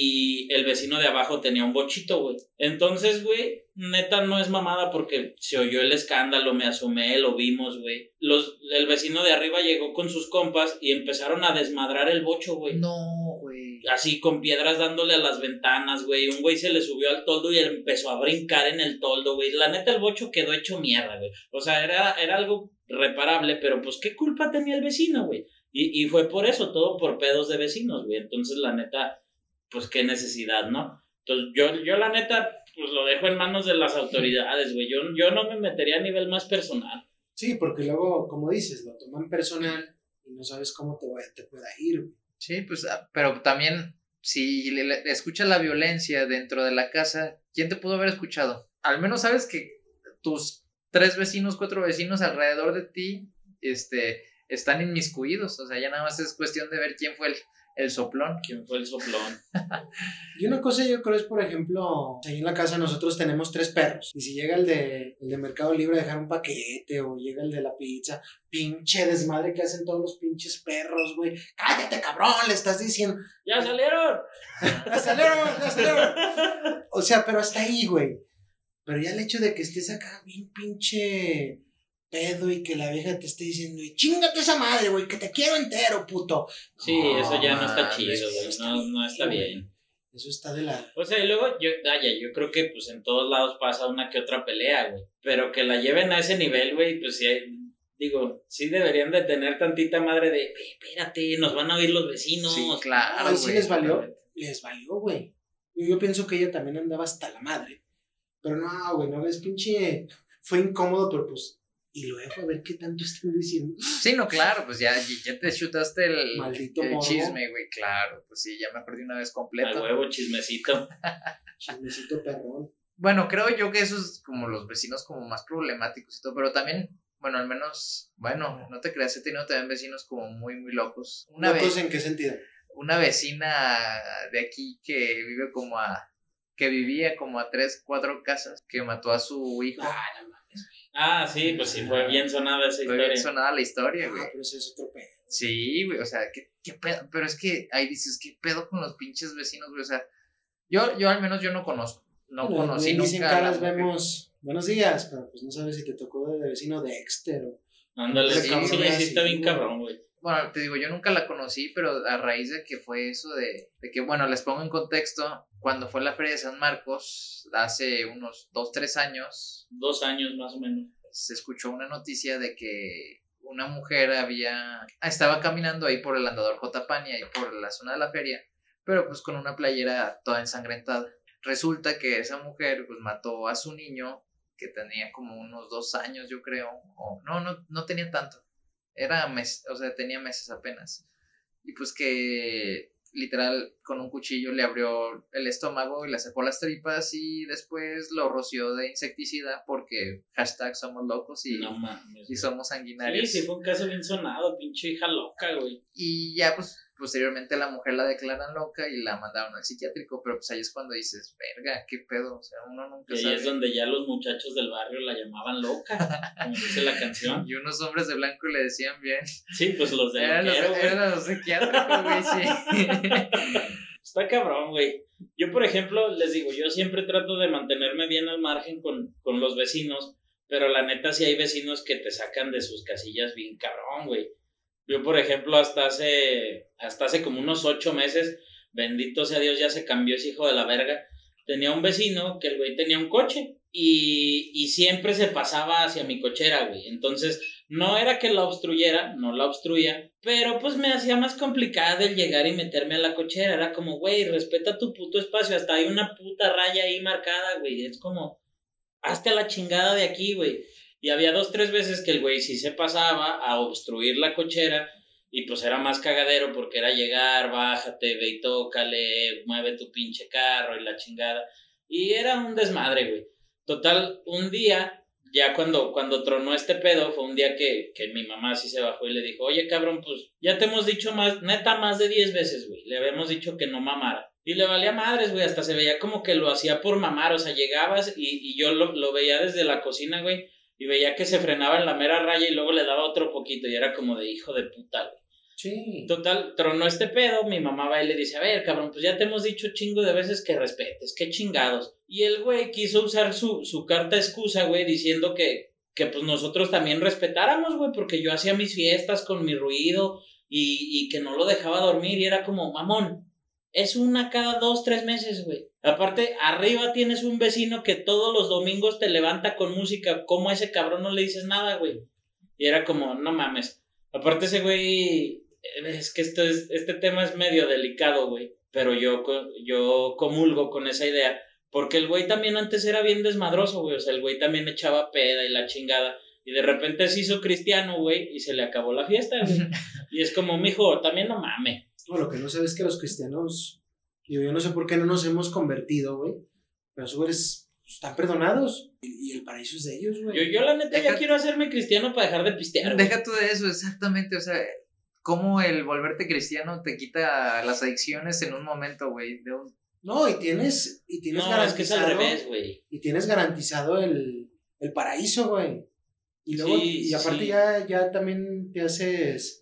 y el vecino de abajo tenía un bochito, güey. Entonces, güey, neta no es mamada porque se oyó el escándalo, me asomé, lo vimos, güey. Los, el vecino de arriba llegó con sus compas y empezaron a desmadrar el bocho, güey. No, güey. Así con piedras dándole a las ventanas, güey. Un güey se le subió al toldo y empezó a brincar en el toldo, güey. La neta, el bocho quedó hecho mierda, güey. O sea, era, era algo reparable, pero pues qué culpa tenía el vecino, güey. Y, y fue por eso, todo por pedos de vecinos, güey. Entonces, la neta, pues qué necesidad, ¿no? Entonces, yo, yo la neta, pues lo dejo en manos de las autoridades, güey. Yo, yo no me metería a nivel más personal. Sí, porque luego, como dices, lo toman personal y no sabes cómo te, vaya, te pueda ir, güey. Sí, pues, pero también, si le, le escuchas la violencia dentro de la casa, ¿quién te pudo haber escuchado? Al menos sabes que tus tres vecinos, cuatro vecinos alrededor de ti, este, están inmiscuidos. O sea, ya nada más es cuestión de ver quién fue el, el soplón. ¿Quién fue el soplón? Y una cosa yo creo es, por ejemplo, ahí en la casa nosotros tenemos tres perros. Y si llega el de, el de Mercado Libre a dejar un paquete, o llega el de la pizza, pinche desmadre que hacen todos los pinches perros, güey. ¡Cállate, cabrón! Le estás diciendo. ¡Ya salieron! ¡Ya salieron! ¡Ya salieron! O sea, pero hasta ahí, güey. Pero ya el hecho de que estés acá bien pinche pedo y que la vieja te esté diciendo, y chingate esa madre, güey, que te quiero entero, puto. Sí, eso ya no está mames, chido, güey. No, no está bien. Eso está de la... O sea, y luego, yo, vaya, yo creo que pues en todos lados pasa una que otra pelea, güey. Pero que la lleven a ese nivel, güey, pues sí, digo, sí deberían de tener tantita madre de, espérate, nos van a oír los vecinos. Sí, claro, Ahí sí güey. les valió, les valió, güey. Yo, yo pienso que ella también andaba hasta la madre. Pero no, güey, no ves, pinche... Fue incómodo, pero pues... Y luego, a ver qué tanto están diciendo. Sí, no, claro, pues ya, ya te chutaste el, Maldito el morbo. chisme, güey, claro. Pues sí, ya me perdí una vez Al completo. huevo, chismecito. Chismecito perrón. Bueno, creo yo que eso es como los vecinos como más problemáticos y todo, pero también, bueno, al menos, bueno, no te creas, he tenido también vecinos como muy, muy locos. Una ¿Locos vez, en qué sentido? una vecina de aquí que vive como a, que vivía como a tres, cuatro casas, que mató a su hijo. Ah, no mames. Ah, sí, pues sí, fue bien sonada esa Fue historia. bien sonada la historia, güey. Ah, pero ese es otro pedo. Sí, güey, o sea, ¿qué, qué pedo? Pero es que ahí dices, ¿qué pedo con los pinches vecinos, güey? O sea, yo, yo al menos yo no conozco, no Bueno, conocí bien nunca dicen a la caras, mujer. vemos buenos días, pero pues no sabes si te tocó de vecino Dexter o... Ándale, Sí, sí, cabrón, sí, sí, sí, está bien güey. cabrón, güey. Bueno, te digo, yo nunca la conocí, pero a raíz de que fue eso de, de que, bueno, les pongo en contexto, cuando fue la Feria de San Marcos, hace unos dos, tres años, Dos años más o menos. se escuchó una noticia de que una mujer había, estaba caminando ahí por el andador J. Pani, ahí por la zona de la feria, pero pues con una playera toda ensangrentada. Resulta que esa mujer pues mató a su niño, que tenía como unos dos años, yo creo, o no, no, no tenía tanto. Era mes, o sea, tenía meses apenas. Y pues que literal con un cuchillo le abrió el estómago y le sacó las tripas y después lo roció de insecticida porque hashtag somos locos y, No mames. y somos Sí, sanguinarios. sí, fue un caso bien sonado, pinche hija loca, güey. Y ya pues posteriormente la mujer la declaran loca y la mandaron al psiquiátrico, pero pues ahí es cuando dices, verga, qué pedo, o sea, uno nunca y ahí sabe. es donde ya los muchachos del barrio la llamaban loca, como dice la canción. Y unos hombres de blanco le decían bien. Sí, pues los de Eran los, loquero, güey. eran los psiquiátricos, güey, sí. Está cabrón, güey. Yo, por ejemplo, les digo, yo siempre trato de mantenerme bien al margen con, con los vecinos, pero la neta sí hay vecinos que te sacan de sus casillas bien cabrón, güey. Yo, por ejemplo, hasta hace, hasta hace como unos ocho meses, bendito sea Dios, ya se cambió ese hijo de la verga. Tenía un vecino que el güey tenía un coche y, y siempre se pasaba hacia mi cochera, güey. Entonces, no era que la obstruyera, no la obstruía, pero pues me hacía más complicado el llegar y meterme a la cochera. Era como, güey, respeta tu puto espacio, hasta hay una puta raya ahí marcada, güey. Es como, hazte a la chingada de aquí, güey. Y había dos, tres veces que el güey sí se pasaba a obstruir la cochera y pues era más cagadero porque era llegar, bájate, ve y tócale, mueve tu pinche carro y la chingada. Y era un desmadre, güey. Total, un día, ya cuando, cuando tronó este pedo, fue un día que, que mi mamá sí se bajó y le dijo, oye, cabrón, pues ya te hemos dicho más, neta, más de diez veces, güey. Le habíamos dicho que no mamara. Y le valía madres, güey, hasta se veía como que lo hacía por mamar, o sea, llegabas y, y yo lo, lo veía desde la cocina, güey. Y veía que se frenaba en la mera raya y luego le daba otro poquito. Y era como de hijo de puta, güey. Sí. Total, tronó este pedo. Mi mamá va y le dice, a ver, cabrón, pues ya te hemos dicho chingo de veces que respetes. Qué chingados. Y el güey quiso usar su, su carta excusa, güey, diciendo que, que pues nosotros también respetáramos, güey. Porque yo hacía mis fiestas con mi ruido y, y que no lo dejaba dormir. Y era como, mamón, es una cada dos, tres meses, güey. Aparte, arriba tienes un vecino que todos los domingos te levanta con música. ¿Cómo a ese cabrón no le dices nada, güey? Y era como, no mames. Aparte ese güey, es que esto es, este tema es medio delicado, güey. Pero yo, yo comulgo con esa idea. Porque el güey también antes era bien desmadroso, güey. O sea, el güey también echaba peda y la chingada. Y de repente se hizo cristiano, güey, y se le acabó la fiesta, güey. Y es como, mijo, también no mames. No, lo que no sabes es que los cristianos, digo, yo no sé por qué no nos hemos convertido, güey, pero esos güeyes están perdonados y, y el paraíso es de ellos, güey. Yo, yo la neta Deja, ya quiero hacerme cristiano para dejar de pistear. Deja tú de eso, exactamente, o sea, cómo el volverte cristiano te quita las adicciones en un momento, güey, de un... No, y tienes, y tienes no, garantizado... es que es al revés, güey. Y tienes garantizado el, el paraíso, güey. Y luego, Sí, y aparte sí. ya, ya también te haces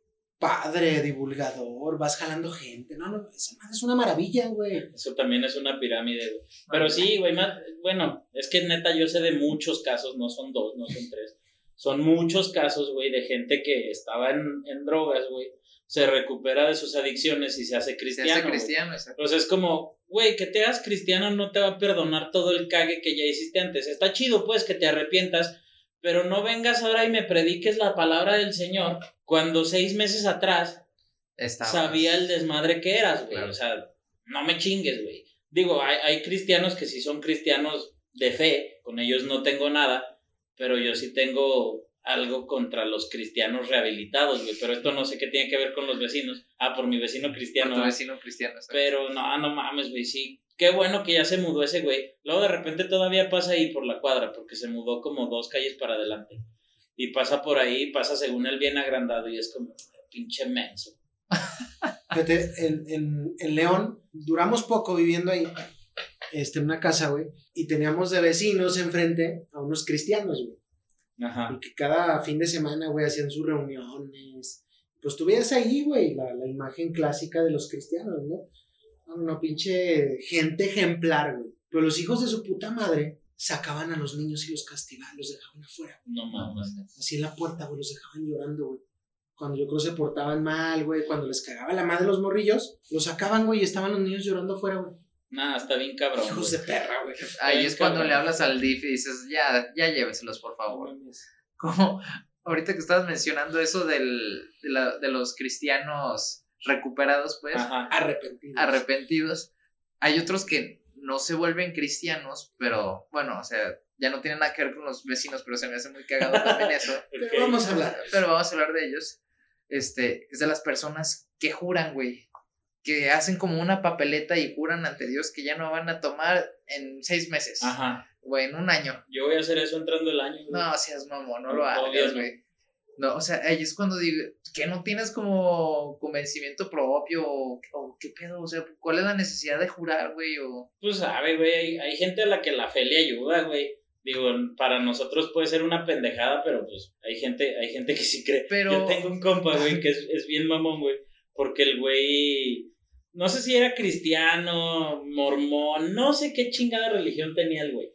padre, divulgador, vas jalando gente. No, no, esa madre es una maravilla, güey. Eso también es una pirámide, güey. Pero sí, güey, más, bueno, es que neta yo sé de muchos casos, no son dos, no son tres. Son muchos casos, güey, de gente que estaba en, en drogas, güey. Se recupera de sus adicciones y se hace cristiano. Se hace cristiano, exacto. Pues es como, güey, que te hagas cristiano no te va a perdonar todo el cague que ya hiciste antes. Está chido, pues, que te arrepientas, pero no vengas ahora y me prediques la palabra del Señor cuando seis meses atrás Estaba. sabía el desmadre que eras, güey. Claro. O sea, no me chingues, güey. Digo, hay, hay cristianos que sí son cristianos de fe, con ellos no tengo nada, pero yo sí tengo algo contra los cristianos rehabilitados, güey. Pero esto no sé qué tiene que ver con los vecinos. Ah, por mi vecino cristiano. Por tu vecino cristiano, exacto. Pero no, no mames, güey, sí. Qué bueno que ya se mudó ese güey. Luego de repente todavía pasa ahí por la cuadra, porque se mudó como dos calles para adelante. Y pasa por ahí, pasa según él bien agrandado y es como, pinche menso. Fíjate, en, en, en León duramos poco viviendo ahí, este, en una casa, güey, y teníamos de vecinos enfrente a unos cristianos, güey. Ajá. Y que cada fin de semana, güey, hacían sus reuniones. Pues tú veías ahí, güey, la, la imagen clásica de los cristianos, ¿no? No, no, pinche gente ejemplar, güey. Pero los hijos de su puta madre sacaban a los niños y los castigaban, los dejaban afuera. No mames. Así en la puerta, güey, los dejaban llorando, güey. Cuando yo creo se portaban mal, güey, cuando les cagaba la madre los morrillos, los sacaban, güey, y estaban los niños llorando afuera, güey. Nah, está bien cabrón. Hijos güey. de perra, güey. Ahí Bien es cuando cabrón. le hablas al D I F y dices, ya, ya lléveselos, por favor. Como ahorita que estabas mencionando eso del, de, la, de los cristianos recuperados, pues, Ajá. Arrepentidos. arrepentidos, hay otros que no se vuelven cristianos, pero bueno, o sea, ya no tienen nada que ver con los vecinos, pero se me hace muy cagado también eso. Pero Ok. vamos a hablar. Pero vamos a hablar de ellos. Este, es de las personas que juran, güey, que hacen como una papeleta y juran ante Dios que ya no van a tomar en seis meses, Ajá. o en un año. Yo voy a hacer eso entrando el año, güey. No seas mamón, no lo Obvio, hagas, no. güey. No, o sea, ahí es cuando digo, que no tienes como convencimiento propio, o, o qué pedo, o sea, ¿cuál es la necesidad de jurar, güey? O... Pues sabe, güey, hay, hay gente a la que la fe le ayuda, güey. Digo, para nosotros puede ser una pendejada, pero pues hay gente, hay gente que sí cree. Pero... Yo tengo un compa, güey, que es, es bien mamón, güey, porque el güey, no sé si era cristiano, mormón, no sé qué chingada religión tenía el güey.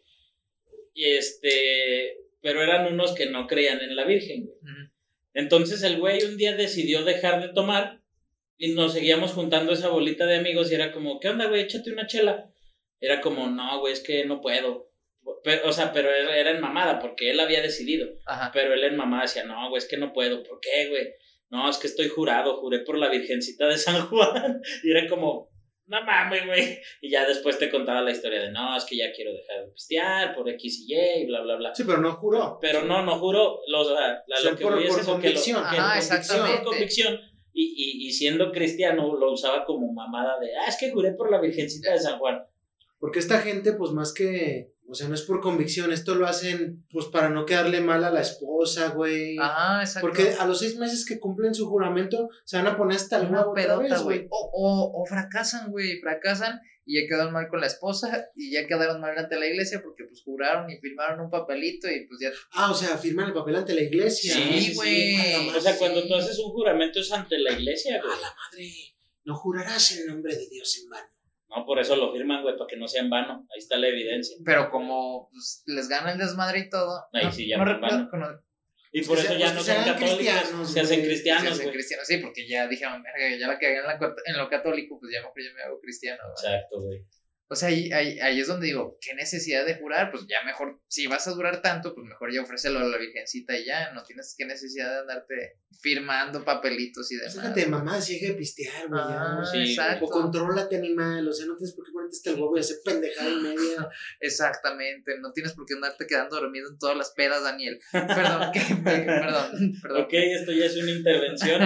Y este, pero eran unos que no creían en la Virgen, güey. Uh-huh. Entonces el güey un día decidió dejar de tomar y nos seguíamos juntando esa bolita de amigos y era como, ¿qué onda, güey? Échate una chela. Era como, no, güey, es que no puedo. Pero, o sea, pero era en mamada porque él había decidido. Ajá. Pero él en mamada decía, no, güey, es que no puedo. ¿Por qué, güey? No, es que estoy jurado, juré por la Virgencita de San Juan. Y era como, no mames, güey. Y ya después te contaba la historia de, no, es que ya quiero dejar de pistear por X y Y y bla, bla, bla. Sí, pero no juró. Pero no, no juró. Los, la, la, lo que por, voy por es eso, convicción. Que lo, Ajá, que exactamente. Por convicción. Y, y, y siendo cristiano lo usaba como mamada de, ah, es que juré por la Virgencita de San Juan. Porque esta gente, pues más que, o sea, no es por convicción, esto lo hacen, pues para no quedarle mal a la esposa, güey. Ajá, exacto. Porque a los seis meses que cumplen su juramento, se van a poner hasta el huevo otra vez, güey. O, o, o fracasan, güey, fracasan y ya quedaron mal con la esposa y ya quedaron mal ante la iglesia porque pues juraron y firmaron un papelito y pues ya... Ah, o sea, firman el papel ante la iglesia. Sí, güey. Sí, o sea, cuando tú haces un juramento es ante la iglesia, güey. A la madre, no jurarás en nombre de Dios en vano. No, por eso lo firman, güey, para que no sea en vano. Ahí está la evidencia. Pero como pues, les gana el desmadre y todo. Ahí no, sí, ya no no recuerdo. Con... Y por eso ya no son católicos. Se hacen cristianos, güey. Se hacen cristianos, sí, porque ya dijeron, verga, ya la cagué en, la, en lo católico, pues ya mejor yo me hago cristiano. ¿verdad? Exacto, güey. O sea, ahí, ahí, ahí es donde digo, ¿qué necesidad de jurar? Pues ya mejor, si vas a durar tanto, pues mejor ya ofrécelo a la Virgencita y ya, no tienes qué necesidad de andarte firmando papelitos y demás. Fíjate, mamá, si hay que pistear, güey. Ah, sí, exacto. O contrólate, animal, o sea, no tienes por qué ponerte hasta el huevo y hacer pendejada y media. Exactamente, no tienes por qué andarte quedando dormido en todas las pedas, Daniel. Perdón, ¿qué? perdón, perdón. Ok, esto ya es una intervención.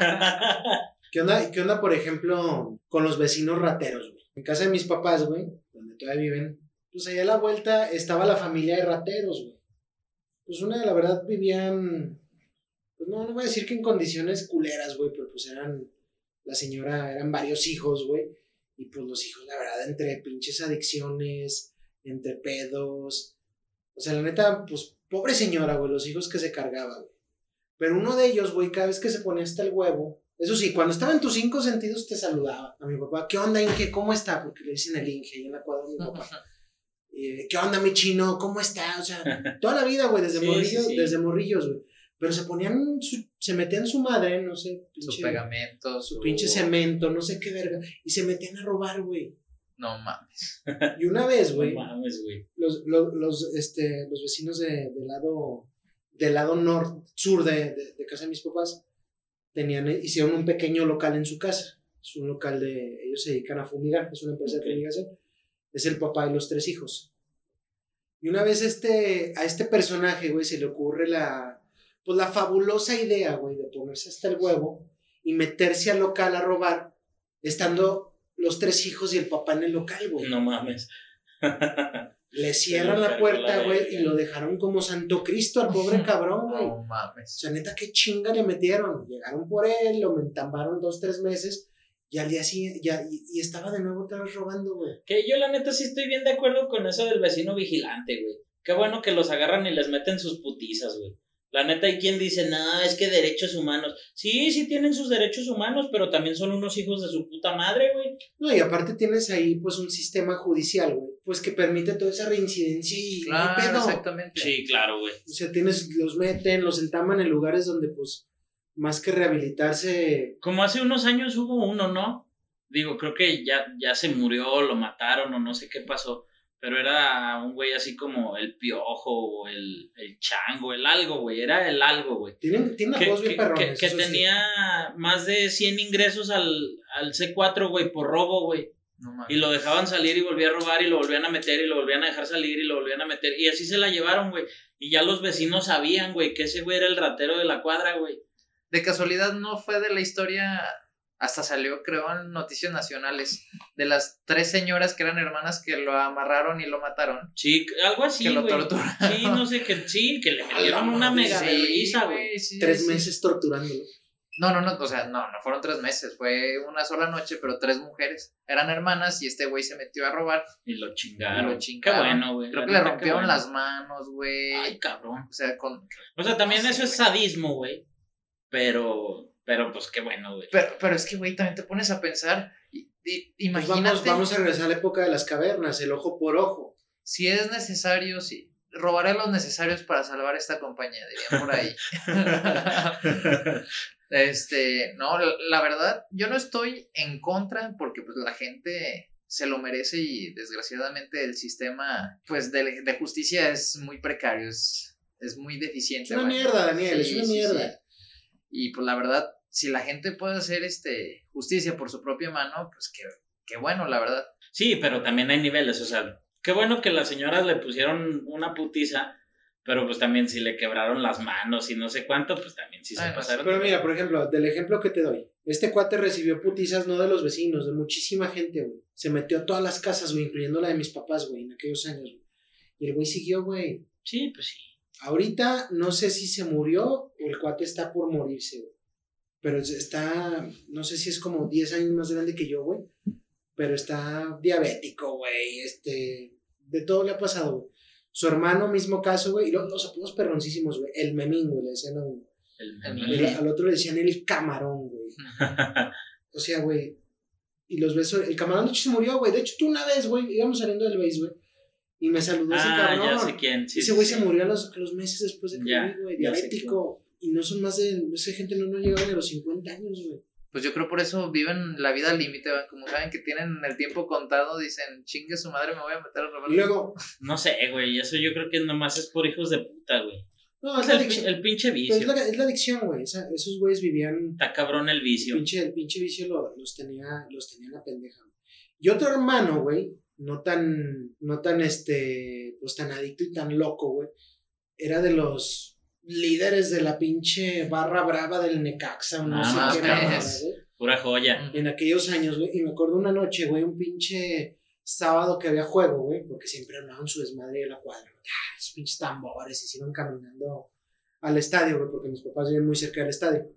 ¿Qué onda, ¿Qué onda, por ejemplo, con los vecinos rateros, güey? En casa de mis papás, güey, donde todavía viven, pues allá a la vuelta estaba la familia de rateros, güey. Pues una, la verdad, vivían, pues no, no voy a decir que en condiciones culeras, güey, pero pues eran, la señora, eran varios hijos, güey, y pues los hijos, la verdad, entre pinches adicciones, entre pedos, o sea, la neta, pues, pobre señora, güey, los hijos que se cargaba, güey. Pero uno de ellos, güey, cada vez que se ponía hasta el huevo, eso sí, cuando estaba en tus cinco sentidos te saludaba a mi papá. ¿Qué onda, Inge? ¿Cómo está? Porque le dicen el Inge ahí en la cuadra de mi papá. Eh, ¿Qué onda, mi chino? ¿Cómo está? O sea, toda la vida, güey, desde sí, morrillos, sí, sí. desde morrillos, güey. Pero se ponían, su, se metían su madre, no sé. Pinche, su pegamento. Su, su pinche cemento, no sé qué verga. Y se metían a robar, güey. No mames. Y una vez, güey. No mames, güey. Los, los, los, este, los vecinos de, del lado, del lado norte, sur de, de, de casa de mis papás, tenían, hicieron un pequeño local en su casa. Es un local de, ellos se dedican a fumigar, es una empresa okay. de fumigación. Es el papá de los tres hijos. Y una vez este, a este personaje, güey, se le ocurre la, pues la fabulosa idea, güey, de ponerse hasta el huevo y meterse al local a robar, estando los tres hijos y el papá en el local, güey. No mames. Le cierran la puerta, güey, y lo dejaron como Santo Cristo al pobre cabrón, güey. No mames. O sea, neta, qué chinga le metieron. Llegaron por él, lo entambaron dos, tres meses, y al día siguiente, ya, y, y estaba de nuevo otra vez robando, güey. Que yo, la neta, sí estoy bien de acuerdo con eso del vecino vigilante, güey. Qué bueno que los agarran y les meten sus putizas, güey. La neta, hay quien dice, no, es que derechos humanos. Sí, sí tienen sus derechos humanos, pero también son unos hijos de su puta madre, güey. No, y aparte tienes ahí, pues, un sistema judicial, güey, pues, que permite toda esa reincidencia y claro, pedo. Exactamente. Sí, claro, güey. O sea, tienes, los meten, los entaman en lugares donde, pues, más que rehabilitarse... Como hace unos años hubo uno, ¿no? Digo, creo que ya, ya se murió, lo mataron o no sé qué pasó. Pero era un güey así como el Piojo o el, el Chango, el algo, güey. Era el algo, güey. Tiene, tiene una voz bien perrones. Que, que tenía sí. más de cien ingresos al, al C cuatro, güey, por robo, güey. No, y lo dejaban salir y volvía a robar y lo volvían a meter y lo volvían a dejar salir y lo volvían a meter. Y así se la llevaron, güey. Y ya los vecinos sabían, güey, que ese güey era el ratero de la cuadra, güey. De casualidad no fue de la historia Hasta salió, creo, en Noticias Nacionales, de las tres señoras que eran hermanas que lo amarraron y lo mataron. Sí, algo así, que lo güey. torturaron. Sí, no sé, que sí, que le metieron una madre, mega Sí, vergüenza, güey. güey, sí, Tres sí. meses torturándolo. No, no, no, o sea, no, no fueron tres meses, fue una sola noche, pero tres mujeres. Eran hermanas y este güey se metió a robar. Y lo chingaron. Y lo chingaron. Qué bueno, güey. Creo La que le neta, rompieron qué bueno. las manos, güey. Ay, cabrón. O sea, con... O sea, también No eso sé, es güey. sadismo, güey. Pero, pero pues qué bueno, güey. Pero, pero es que, güey, también te pones a pensar, y, y- Pues imagínate, vamos, vamos a regresar a la época de las cavernas, el ojo por ojo. si es necesario, si robaré los necesarios para salvar esta compañía, dirían por ahí. Este, no, la, la verdad, yo no estoy en contra porque pues la gente se lo merece y desgraciadamente el sistema pues de, de justicia es muy precario, es, es muy deficiente. Es una güey. mierda, Daniel, es Sí, una sí, mierda. sí. Y pues la verdad, si la gente puede hacer este justicia por su propia mano, pues qué, qué bueno, la verdad. Sí, pero también hay niveles, o sea, qué bueno que las señoras le pusieron una putiza, pero pues también si le quebraron las manos y no sé cuánto, pues también sí se Bueno, pasaron. Pero mira, por ejemplo, del ejemplo que te doy, este cuate recibió putizas no de los vecinos, de muchísima gente, güey. Se metió a todas las casas, güey, incluyendo la de mis papás, güey, en aquellos años, güey. Y el güey siguió, güey. Sí, pues sí. Ahorita no sé si se murió o el cuate está por morirse, güey. Pero está, no sé si es como diez años más grande que yo, güey. Pero está diabético, güey, este, de todo le ha pasado, güey. Su hermano, mismo caso, güey, y los, los apodos perroncísimos, güey. El memín, güey, le decían a uno. El, El Y al otro le decían el camarón, güey. O sea, güey. Y los besos, el camarón de hecho se murió, güey. De hecho, tú una vez, güey, íbamos saliendo del base, güey. Y me saludó ese ah, cabrón. ya sé quién. Sí, ese sí, güey sí. se murió a los, a los meses después de que Ya, vi, güey. ya sé Diabético. Y no son más de. Esa gente no, no llegaba ni a los cincuenta años, güey. Pues yo creo por eso viven la vida al límite, güey. Como saben que tienen el tiempo contado, dicen, chingue su madre, me voy a meter a robar. Y luego. No sé, güey, eso yo creo que nomás es por hijos de puta, güey. No, es Es la el, adicción. pi- el pinche Pero vicio. es, la, es la adicción, güey. Esa- esos güeyes vivían. Está cabrón el El vicio. pinche, el pinche vicio lo- los tenía, los tenía en la pendeja, güey. Y otro hermano, güey, no tan, no tan, este, pues tan adicto y tan loco, güey, era de los líderes de la pinche barra brava del Necaxa, o no Ah, sé mames. qué mamada, güey. Pura joya. En aquellos años, güey, y me acuerdo una noche, güey, un pinche sábado que había juego, güey, porque siempre armaban su desmadre de la cuadra, güey. Ah, esos pinches tambores y se iban caminando al estadio, güey, porque mis papás viven muy cerca del estadio.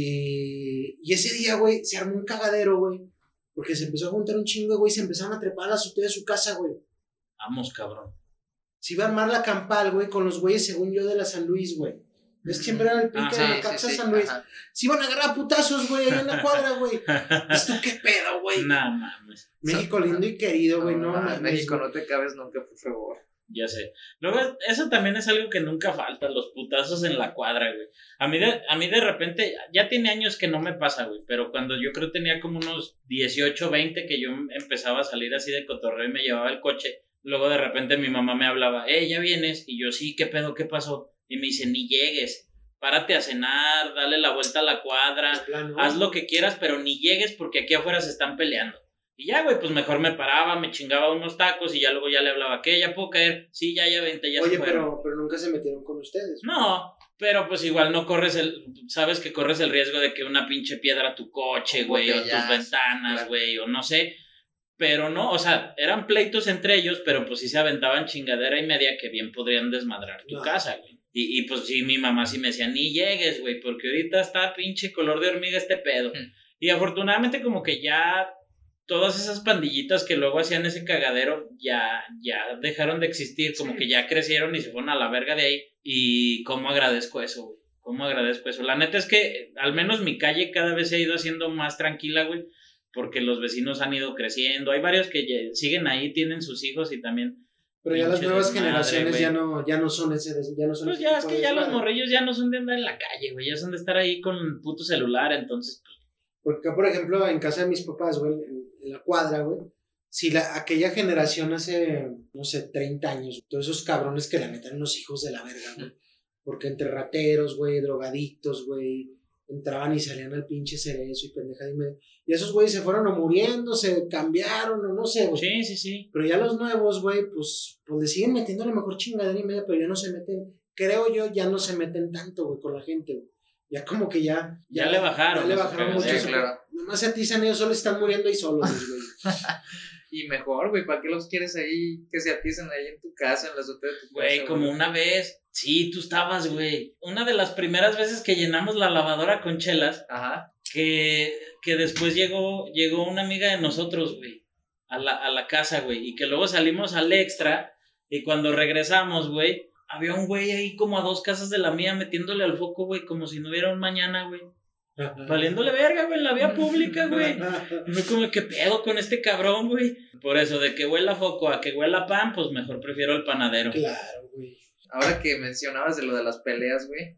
Y, y ese día, güey, se armó un cagadero, güey, porque se empezó a juntar un chingo, güey, y se empezaron a trepar a la azotea de su casa, güey. Vamos, cabrón. Se iba a armar la campal, güey, con los güeyes, según yo, de la San Luis, güey. Es que siempre era el pique Ajá, de Sí, Necaxa sí, sí, San Luis. ajá. Se iban a agarrar a putazos, güey, ahí en la cuadra, güey. ¿Ves tú qué pedo, güey? Nah, mames. México lindo y querido, güey, no, mames, mames, México, güey. no te cabes nunca, por favor. Ya sé. Luego, eso también es algo que nunca falta, los putazos en la cuadra, güey. A mí de, a mí de repente, ya tiene años que no me pasa, güey, pero cuando yo creo tenía como unos dieciocho, veinte, que yo empezaba a salir así de cotorreo y me llevaba el coche, luego de repente mi mamá me hablaba, eh, ¿ya vienes? Y yo, sí, ¿qué pedo? ¿Qué pasó? Y me dice, ni llegues, párate a cenar, dale la vuelta a la cuadra, De plano. haz lo que quieras, pero ni llegues porque aquí afuera se están peleando. Y ya, güey, pues mejor me paraba, me chingaba unos tacos y ya luego ya le hablaba, ¿qué? ¿Ya puedo caer? Sí, ya, ya vente, ya Oye, se fueron. pero, pero nunca se metieron con ustedes. No, pero pues igual no corres el... Sabes que corres el riesgo de que una pinche piedra a tu coche, Un güey, o a tus botellazo, ventanas, claro. güey, o no sé. Pero no, o sea, eran pleitos entre ellos, pero pues sí se aventaban chingadera y media que bien podrían desmadrar tu No. casa, güey. Y, y pues sí, mi mamá sí me decía, ni llegues, güey, porque ahorita está pinche color de hormiga este pedo. Hmm. Y afortunadamente como que ya todas esas pandillitas que luego hacían ese cagadero ya, ya dejaron de existir, como Sí. que ya crecieron y se fueron a la verga de ahí. Y cómo agradezco eso, güey. Cómo agradezco eso. La neta es que al menos mi calle cada vez se ha ido haciendo más tranquila, güey, porque los vecinos han ido creciendo. Hay varios que ya siguen ahí, tienen sus hijos y también... Pero ya las pinche nuevas desmadre, generaciones güey. ya no, ya no son ese, des- ya no son Pues ese ya es tipo que de ya los desmadre. morrillos ya no son de andar en la calle, güey, ya son de estar ahí con el puto celular, entonces... pues, Porque acá, por ejemplo, en casa de mis papás, güey, en, en la cuadra, güey, si la, aquella generación hace, no sé, treinta años, todos esos cabrones que la neta eran unos hijos de la verga, güey. Porque entre rateros, güey, drogadictos, güey, entraban y salían al pinche cerezo y pendeja y medio. Y esos güeyes se fueron o muriendo, se cambiaron o no sé, güey. sí, sí, sí. Pero ya los nuevos, güey, pues, pues le siguen metiendo a lo mejor chingadera y media, pero ya no se meten, creo yo, ya no se meten tanto, güey, con la gente, güey. Ya como que ya... Ya le bajaron Ya le a su bajaron mucho. cagadero. eso. Sí, claro. Nomás se atizan ellos solos, están muriendo ahí solos, güey. Y mejor, güey, ¿para qué los quieres ahí que se aticen ahí en tu casa, en la azotea de tu casa? Güey, como güey? una vez, sí, tú estabas, güey. Una de las primeras veces que llenamos la lavadora con chelas, Ajá. que, que después llegó, llegó una amiga de nosotros, güey, a la, a la casa, güey, y que luego salimos al extra, y cuando regresamos, güey, había un güey ahí como a dos casas de la mía metiéndole al foco, güey, como si no hubiera un mañana, güey. Valiéndole verga, güey, en la vía pública, güey. No como, ¿qué pedo con este cabrón, güey? Por eso, de que huela foco a que huela pan, pues mejor prefiero el panadero. Claro, güey. Ahora que mencionabas de lo de las peleas, güey,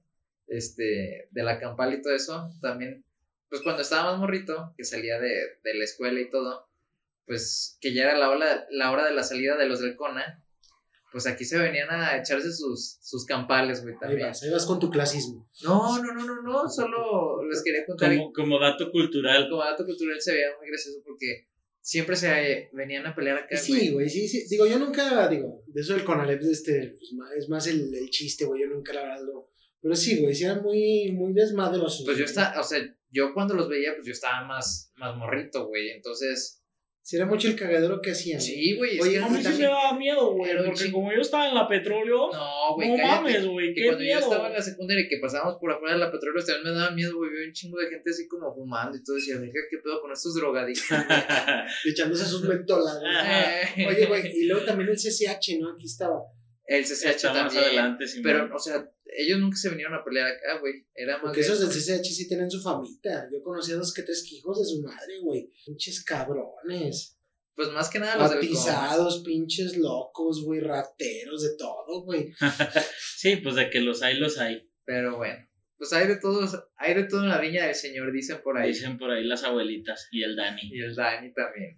este, de la campal y todo eso, también, pues cuando estaba más morrito, que salía de, de la escuela y todo, pues que ya era la hora, la hora de la salida de los del CONA, pues aquí se venían a echarse sus, sus campales, güey, Ahí también. vas, ahí vas con tu clasismo. No, no, no, no, no, solo les quería contar. Como, como dato cultural. Como dato cultural se veía muy gracioso porque siempre se venían a pelear acá, Sí, güey, sí, sí. Digo, yo nunca, digo, de eso del Conalep, este, pues, ma- es más el, el chiste, güey, yo nunca la verdad lo... Pero sí, güey, sí eran muy, muy desmadrosos. Pues yo güey. estaba, o sea, yo cuando los veía, pues yo estaba más, más morrito, güey, entonces, Sí, era mucho el cagadero que hacían. sí, güey. es Oye, que a mí sí también- me daba miedo, güey, Era un porque chingo. como yo estaba en la petróleo, No, güey, no cállate. mames, güey, Que qué cuando yo miedo. estaba en la secundaria y que pasábamos por afuera de la petróleo, también me daba miedo, güey. Veo un chingo de gente así como fumando y todo. Decía, venga, ¿qué pedo con estos drogadictos? Echándose sus mentoladas. Eh, Oye, güey, y luego también el C C H, ¿no? Aquí estaba. El C C H Está más también. adelante, sí. Pero, o sea, ellos nunca se vinieron a pelear acá, güey. Era más Porque bien- esos del C C H sí tienen su famita. Yo conocí a dos que tres hijos de su madre, güey. Pinches cabrones. Pues más que nada los del CONA. Atizados, pinches locos, güey, rateros, de todo, güey. Sí, pues de que los hay, los hay. Pero bueno, pues hay de todos, hay de todo en la viña del señor, dicen por ahí. Dicen por ahí las abuelitas y el Dani. Y el Dani también.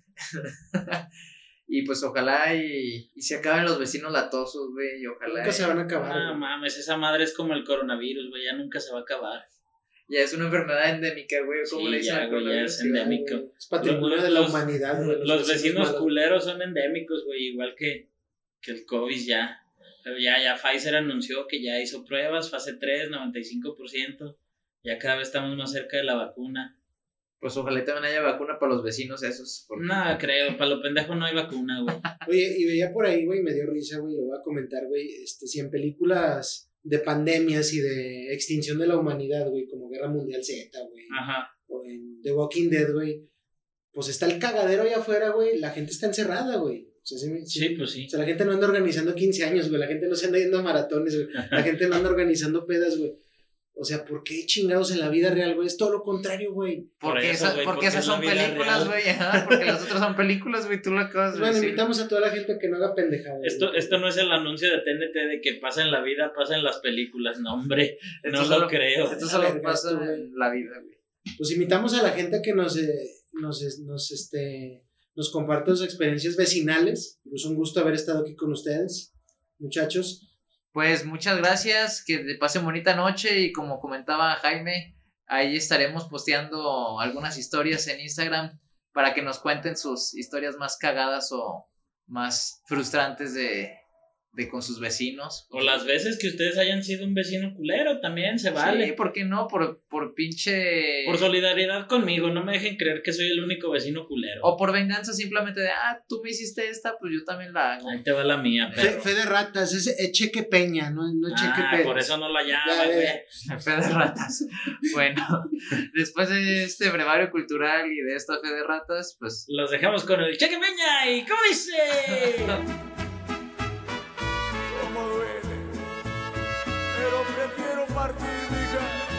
Y pues ojalá y, y se acaben los vecinos latosos, güey, y ojalá. Nunca y- se van a acabar. No güey. mames, esa madre es como el coronavirus, güey, ya nunca se va a acabar. Ya es una enfermedad endémica, güey, ¿cómo Sí, le dicen ya, al güey, ya coronavirus? es endémico. güey. Es patrimonio Los- de la los- humanidad, güey. Los vecinos malos. culeros son endémicos, güey, igual que, que el COVID ya. Pero ya, ya Pfizer anunció que ya hizo pruebas, fase tres, noventa y cinco por ciento. Ya cada vez estamos más cerca de la vacuna. Pues ojalá y también haya vacuna para los vecinos esos. Porque... Nada, creo, para lo pendejo no hay vacuna, güey. Oye, y veía por ahí, güey, me dio risa, güey, lo voy a comentar, güey, este, si en películas de pandemias y de extinción de la humanidad, güey, como Guerra Mundial Z, güey, Ajá. o en The Walking Dead, güey, pues está el cagadero allá afuera, güey, la gente está encerrada, güey. O sea, sí, me- sí- Sí, pues sí. o sea, la gente no anda organizando quince años, güey, la gente no se anda yendo a maratones, güey, la gente no anda organizando pedas, güey. O sea, ¿por qué chingados en la vida real, güey? Es todo lo contrario, güey. Por Porque, eso, esa- güey, porque porque esas es la son vida películas, real. güey, ajá, porque las otras son películas, güey, tú lo acabas de Bueno, decir. invitamos a toda la gente a que no haga pendejadas. Esto, güey. esto no es el anuncio de T N T de que pasa en la vida, pasa en las películas. No, hombre, Esto no solo- lo creo. Esto A solo ver, pasa gasto, güey. en la vida, güey. Pues invitamos a la gente a que nos, eh, nos, es- nos, este, nos comparta sus experiencias vecinales. Pues un gusto haber estado aquí con ustedes, muchachos. Pues muchas gracias, que te pasen bonita noche y como comentaba Jaime, ahí estaremos posteando algunas historias en Instagram para que nos cuenten sus historias más cagadas o más frustrantes de, de con sus vecinos. O las veces que ustedes hayan sido un vecino culero también se vale. Sí, ¿por qué no? Por, por pinche... Por solidaridad conmigo, no me dejen creer que soy el único vecino culero. O por venganza simplemente de, ah, tú me hiciste esta, pues yo también la hago. Ahí te va la mía, Fe, perro. fe de ratas, es, es Cheque Peña, no, no Cheque Ah, Pérez. por eso no la Ya, llaman, ya, güey. ya. Fe de ratas. Bueno, después de este brevario cultural y de esta fe de ratas, pues Los dejamos con el Cheque Peña y ¿cómo dice? Como duele, pero prefiero partir mi cara.